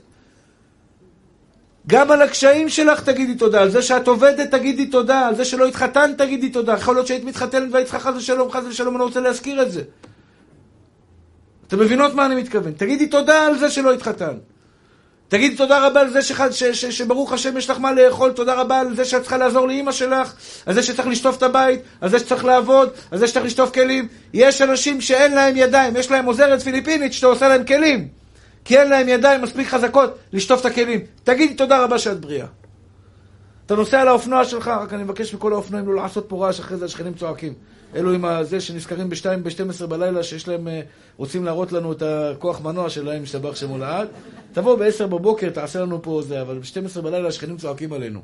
גם על הקשיים שלך תגידי תודה, על זה שאת עובדת תגידי תודה, על זה שלא התחתן תגידי תודה. יכול להיות שהיית מתחתנת והיית צריכה חס ושלום, חס ושלום, אני רוצה להזכיר את זה. אתם מבינות מה אני מתכוון? תגידי תודה על זה שלא התחתן. תגיד תודה רבה על זה שח... ש... ש... שברוך השם יש לך מה לאכול, תודה רבה על זה שאת צריכה לעזור לאמא שלך, על זה שצריך לשטוף את הבית, על זה שצריך לעבוד, על זה שצריך לשטוף כלים. יש אנשים שאין להם ידיים, יש להם עוזרת פיליפינית שאתה עושה להם כלים, כי אין להם ידיים מספיק חזקות לשטוף את הכלים. תגיד תודה רבה שאת בריאה. אתה נוסע על האופנוע שלך, רק אני מבקש מכל האופנועים לא לעשות פה רעש, אחרי זה השכנים צועקים. אלו עם זה שנזכרים בשתיים, ב-שתים עשרה בלילה, שיש להם, רוצים להראות לנו את הכוח מנוע שלהם, משתבח שמו לעד. תבוא ב-עשר בבוקר, תעשה לנו פה זה, אבל ב-שתים עשרה בלילה השכנים צועקים עלינו.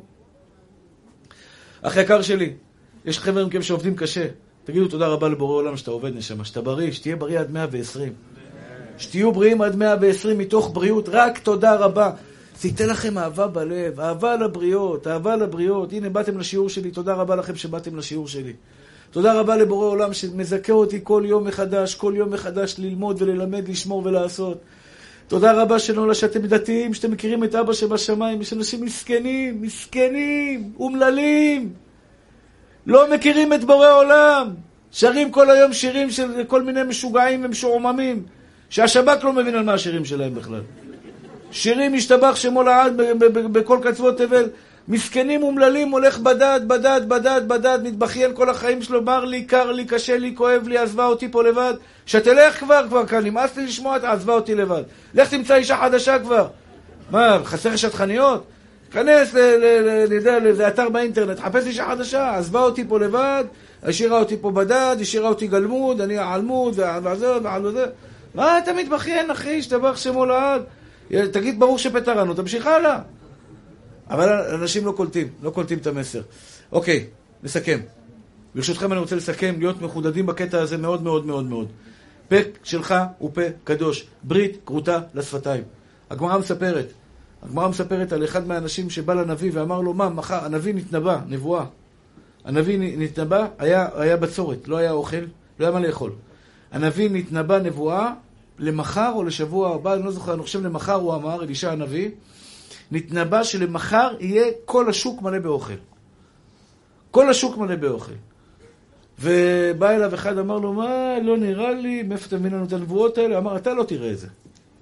אח יקר שלי, יש חברים מכם שעובדים קשה. תגידו תודה רבה לבורא עולם שאתה עובד נשמה, שאתה בריא, שתהיה בריא עד מאה ועשרים. שתהיו בריאים עד מאה ועשרים מתוך בריאות, רק תודה רבה. זה ייתן לכם אהבה בלב, אהבה לבריות, אהבה לבריות. הנה, באתם לשיעור שלי, תודה רבה לכם שבאתם לשיעור שלי. תודה רבה לבורא עולם שמזכה אותי כל יום מחדש, כל יום מחדש ללמוד וללמד, לשמור ולעשות. תודה רבה שנולה שאתם דתיים, שאתם מכירים את אבא שבשמיים. יש אנשים מסכנים, מסכנים, אומללים. לא מכירים את בורא עולם. שרים כל היום שירים של כל מיני משוגעים ומשועממים, שהשב"כ לא מבין על מה השירים שלהם בכלל. שירים משתבח שמו לעד בכל קצוות תבל. מסכנים אומללים, הולך בדד, בדד, בדד, בדד, מתבכיין כל החיים שלו, בר לי, קר לי, קשה לי, כואב לי, עזבה אותי פה לבד. שתלך כבר, כבר כאן, נמאס לי לשמוע, עזבה אותי לבד. לך תמצא אישה חדשה כבר. מה, חסר שטחניות? כנס לאיזה אתר באינטרנט, חפש אישה חדשה, עזבה אותי פה לבד, השאירה אותי פה בדד, השאירה אותי גלמוד, אני העלמוד, וזה, וזה. מה אתה מתבכיין, אחי, שתבח שמו לעד? תגיד ברוך שפטרנו, תמשיך הלאה. אבל אנשים לא קולטים, לא קולטים את המסר. אוקיי, נסכם. ברשותכם אני רוצה לסכם, להיות מחודדים בקטע הזה מאוד מאוד מאוד מאוד. פה שלך הוא פה קדוש, ברית כרותה לשפתיים. הגמרא מספרת, הגמרא מספרת על אחד מהאנשים שבא לנביא ואמר לו, מה, מחר, הנביא נתנבא, נבואה. הנביא נתנבא, היה, היה בצורת, לא היה אוכל, לא היה מה לאכול. הנביא נתנבא נבואה למחר או לשבוע הבא, אני לא זוכר, אני חושב למחר הוא אמר, אלישע הנביא, נתנבא שלמחר יהיה כל השוק מלא באוכל. כל השוק מלא באוכל. ובא אליו אחד, אמר לו, מה, לא נראה לי, מאיפה אתה מבין לנו את הנבואות האלה? אמר, אתה לא תראה את זה.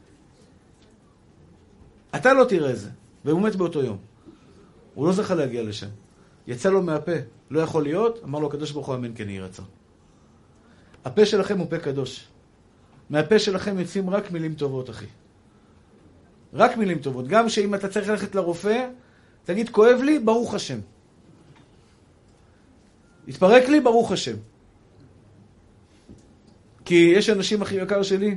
אתה לא תראה את זה. והוא מת באותו יום. הוא לא זכה להגיע לשם. יצא לו מהפה, לא יכול להיות, אמר לו, הקדוש ברוך הוא אמן כן יהי רצון. הפה שלכם הוא פה קדוש. מהפה שלכם יוצאים רק מילים טובות, אחי. רק מילים טובות. גם שאם אתה צריך ללכת לרופא, תגיד, כואב לי, ברוך השם. התפרק לי, ברוך השם. כי יש אנשים, הכי יקר שלי,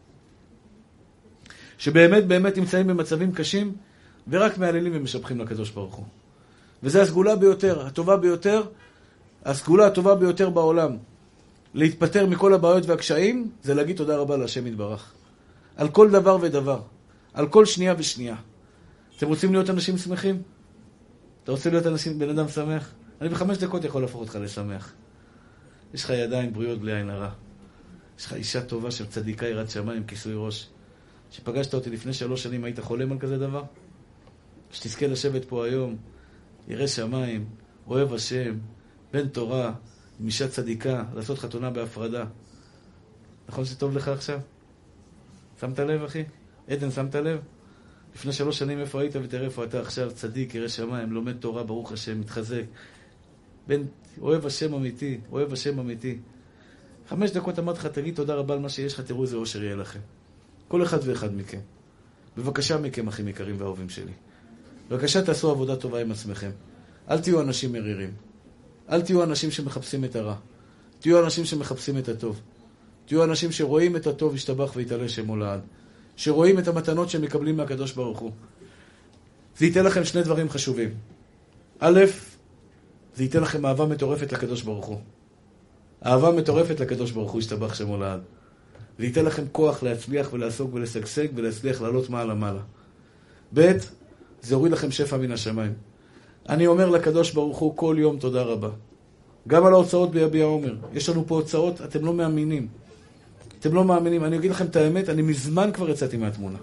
שבאמת באמת נמצאים במצבים קשים, ורק מעללים ומשבחים לקדוש ברוך הוא. וזו הסגולה ביותר, הטובה ביותר, הסגולה הטובה ביותר בעולם. להתפטר מכל הבעיות והקשיים, זה להגיד תודה רבה להשם יתברך. על כל דבר ודבר. על כל שנייה ושנייה. אתם רוצים להיות אנשים שמחים? אתה רוצה להיות אנשים, בן אדם שמח? אני בחמש דקות יכול להפוך אותך לשמח. יש לך ידיים בריאות בלי עין הרע. יש לך אישה טובה של צדיקה יראת שמיים, כיסוי ראש. שפגשת אותי לפני שלוש שנים, היית חולם על כזה דבר? שתזכה לשבת פה היום, ירא שמיים, אוהב השם, בן תורה, עם אישה צדיקה, לעשות חתונה בהפרדה. נכון שטוב לך עכשיו? שמת לב, אחי? עדן, שמת לב? לפני שלוש שנים איפה היית ותראה איפה אתה עכשיו, צדיק, ירא שמיים, לומד תורה, ברוך השם, מתחזק. בן, אוהב השם אמיתי, אוהב השם אמיתי. חמש דקות אמרת לך, תגיד תודה רבה על מה שיש לך, תראו איזה אושר יהיה לכם. כל אחד ואחד מכם. בבקשה מכם, אחים יקרים ואהובים שלי. בבקשה תעשו עבודה טובה עם עצמכם. אל תהיו אנשים מרירים. אל תהיו אנשים שמחפשים את הרע. תהיו אנשים שמחפשים את הטוב. תהיו אנשים שרואים את הטוב, ישתבח ויתעלה שמו לעד. שרואים את המתנות שהם מקבלים מהקדוש ברוך הוא. זה ייתן לכם שני דברים חשובים. א', זה ייתן לכם אהבה מטורפת לקדוש ברוך הוא. אהבה מטורפת לקדוש ברוך הוא, ישתבח שמו לעד. זה ייתן לכם כוח להצליח ולעסוק ולשגשג ולהצליח לעלות מעלה מעלה. ב', זה יוריד לכם שפע מן השמיים. אני אומר לקדוש ברוך הוא כל יום תודה רבה. גם על ההוצאות ביביע עומר. יש לנו פה הוצאות, אתם לא מאמינים. אתם לא מאמינים. אני אגיד לכם את האמת, אני מזמן כבר יצאתי מהתמונה.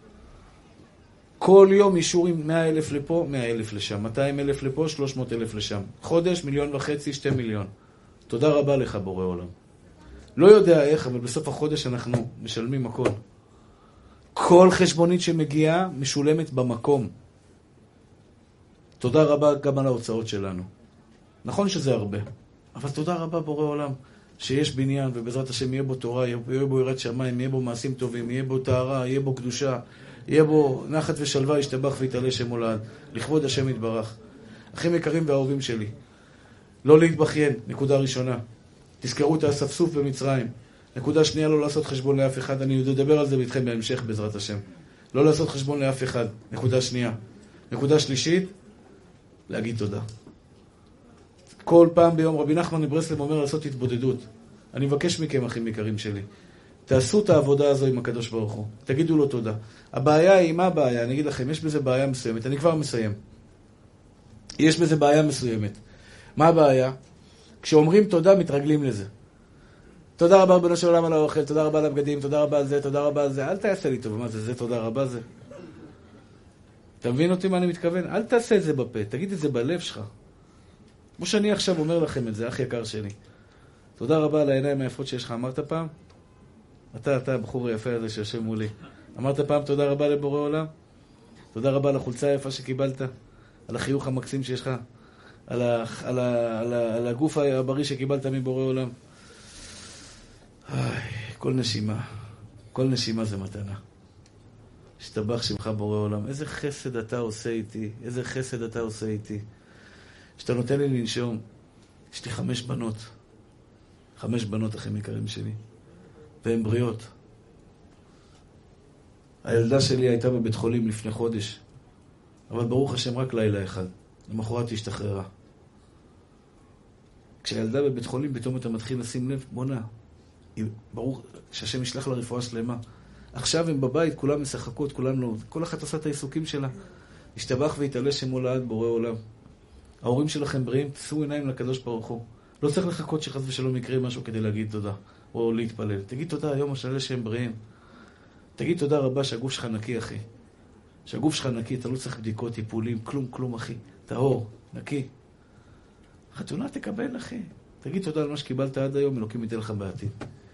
כל יום אישורים מאה אלף לפה, מאה אלף לשם. מאתיים אלף לפה, שלוש מאות אלף לשם. חודש, מיליון וחצי, שתי מיליון. תודה רבה לך, בורא עולם. לא יודע איך, אבל בסוף החודש אנחנו משלמים הכל. כל חשבונית שמגיעה משולמת במקום. תודה רבה גם על ההוצאות שלנו. נכון שזה הרבה, אבל תודה רבה בורא עולם, שיש בניין ובעזרת השם יהיה בו תורה, יהיה בו יראת שמיים, יהיה בו מעשים טובים, יהיה בו טהרה, יהיה בו קדושה, יהיה בו נחת ושלווה, ישתבח ויתעלה שם הולד, לכבוד השם יתברך. אחים יקרים ואהובים שלי, לא להתבכיין, נקודה ראשונה. תזכרו את האספסוף במצרים. נקודה שנייה, לא לעשות חשבון לאף אחד. אני אדבר על זה איתכם בהמשך בעזרת השם. לא לעשות חשבון לאף אחד. נקודה שנייה. נקודה שלישית, להגיד תודה. כל פעם ביום רבי נחמן מברסלב אומר לעשות התבודדות. אני מבקש מכם, אחים יקרים שלי, תעשו את העבודה הזו עם הקדוש ברוך הוא. תגידו לו תודה. הבעיה היא, מה הבעיה? אני אגיד לכם, יש בזה בעיה מסוימת. אני כבר מסיים. יש בזה בעיה מסוימת. מה הבעיה? כשאומרים תודה, מתרגלים לזה. תודה רבה רבנו של עולם על האוכל, תודה רבה על הבגדים, תודה רבה על זה, תודה רבה על זה. אל תעשה לי טוב, מה זה, זה תודה רבה זה? אתה מבין אותי מה אני מתכוון? אל תעשה את זה בפה, תגיד את זה בלב שלך. כמו שאני עכשיו אומר לכם את זה, אח יקר שלי. תודה רבה על העיניים היפות שיש לך. אמרת פעם? אתה, אתה, הבחור היפה הזה שיושב מולי. אמרת פעם תודה רבה לבורא עולם? תודה רבה על החולצה היפה שקיבלת? על החיוך המקסים שיש לך? על, ה, על, ה, על, ה, על הגוף הבריא שקיבלת מבורא עולם? איי, כל נשימה, כל נשימה זה מתנה. שתבח שמך בורא עולם. איזה חסד אתה עושה איתי, איזה חסד אתה עושה איתי. שאתה נותן לי לנשום. יש לי חמש בנות. חמש בנות, אחים יקרים שלי. והן בריאות. הילדה שלי הייתה בבית חולים לפני חודש. אבל ברוך השם רק לילה אחד. למחרת היא השתחררה. כשהילדה בבית חולים, פתאום אתה מתחיל לשים לב, בונה. ברוך שהשם ישלח לה רפואה שלמה. עכשיו הם בבית, כולם משחקות, כולם לא. כל אחת עושה את העיסוקים שלה. ישתבח ויתעלה שמו לעד בורא עולם. ההורים שלכם בריאים, תשאו עיניים לקדוש ברוך הוא. לא צריך לחכות שחס ושלום יקרה משהו כדי להגיד תודה, או להתפלל. תגיד תודה היום השאלה שהם בריאים. תגיד תודה רבה שהגוף שלך נקי, אחי. שהגוף שלך נקי, אתה לא צריך בדיקות, טיפולים, כלום, כלום, אחי. טהור, נקי. חתונה תקבל, אחי. תגיד תודה על מה שקיבלת עד היום, אלוקים ייתן לך בעתיד.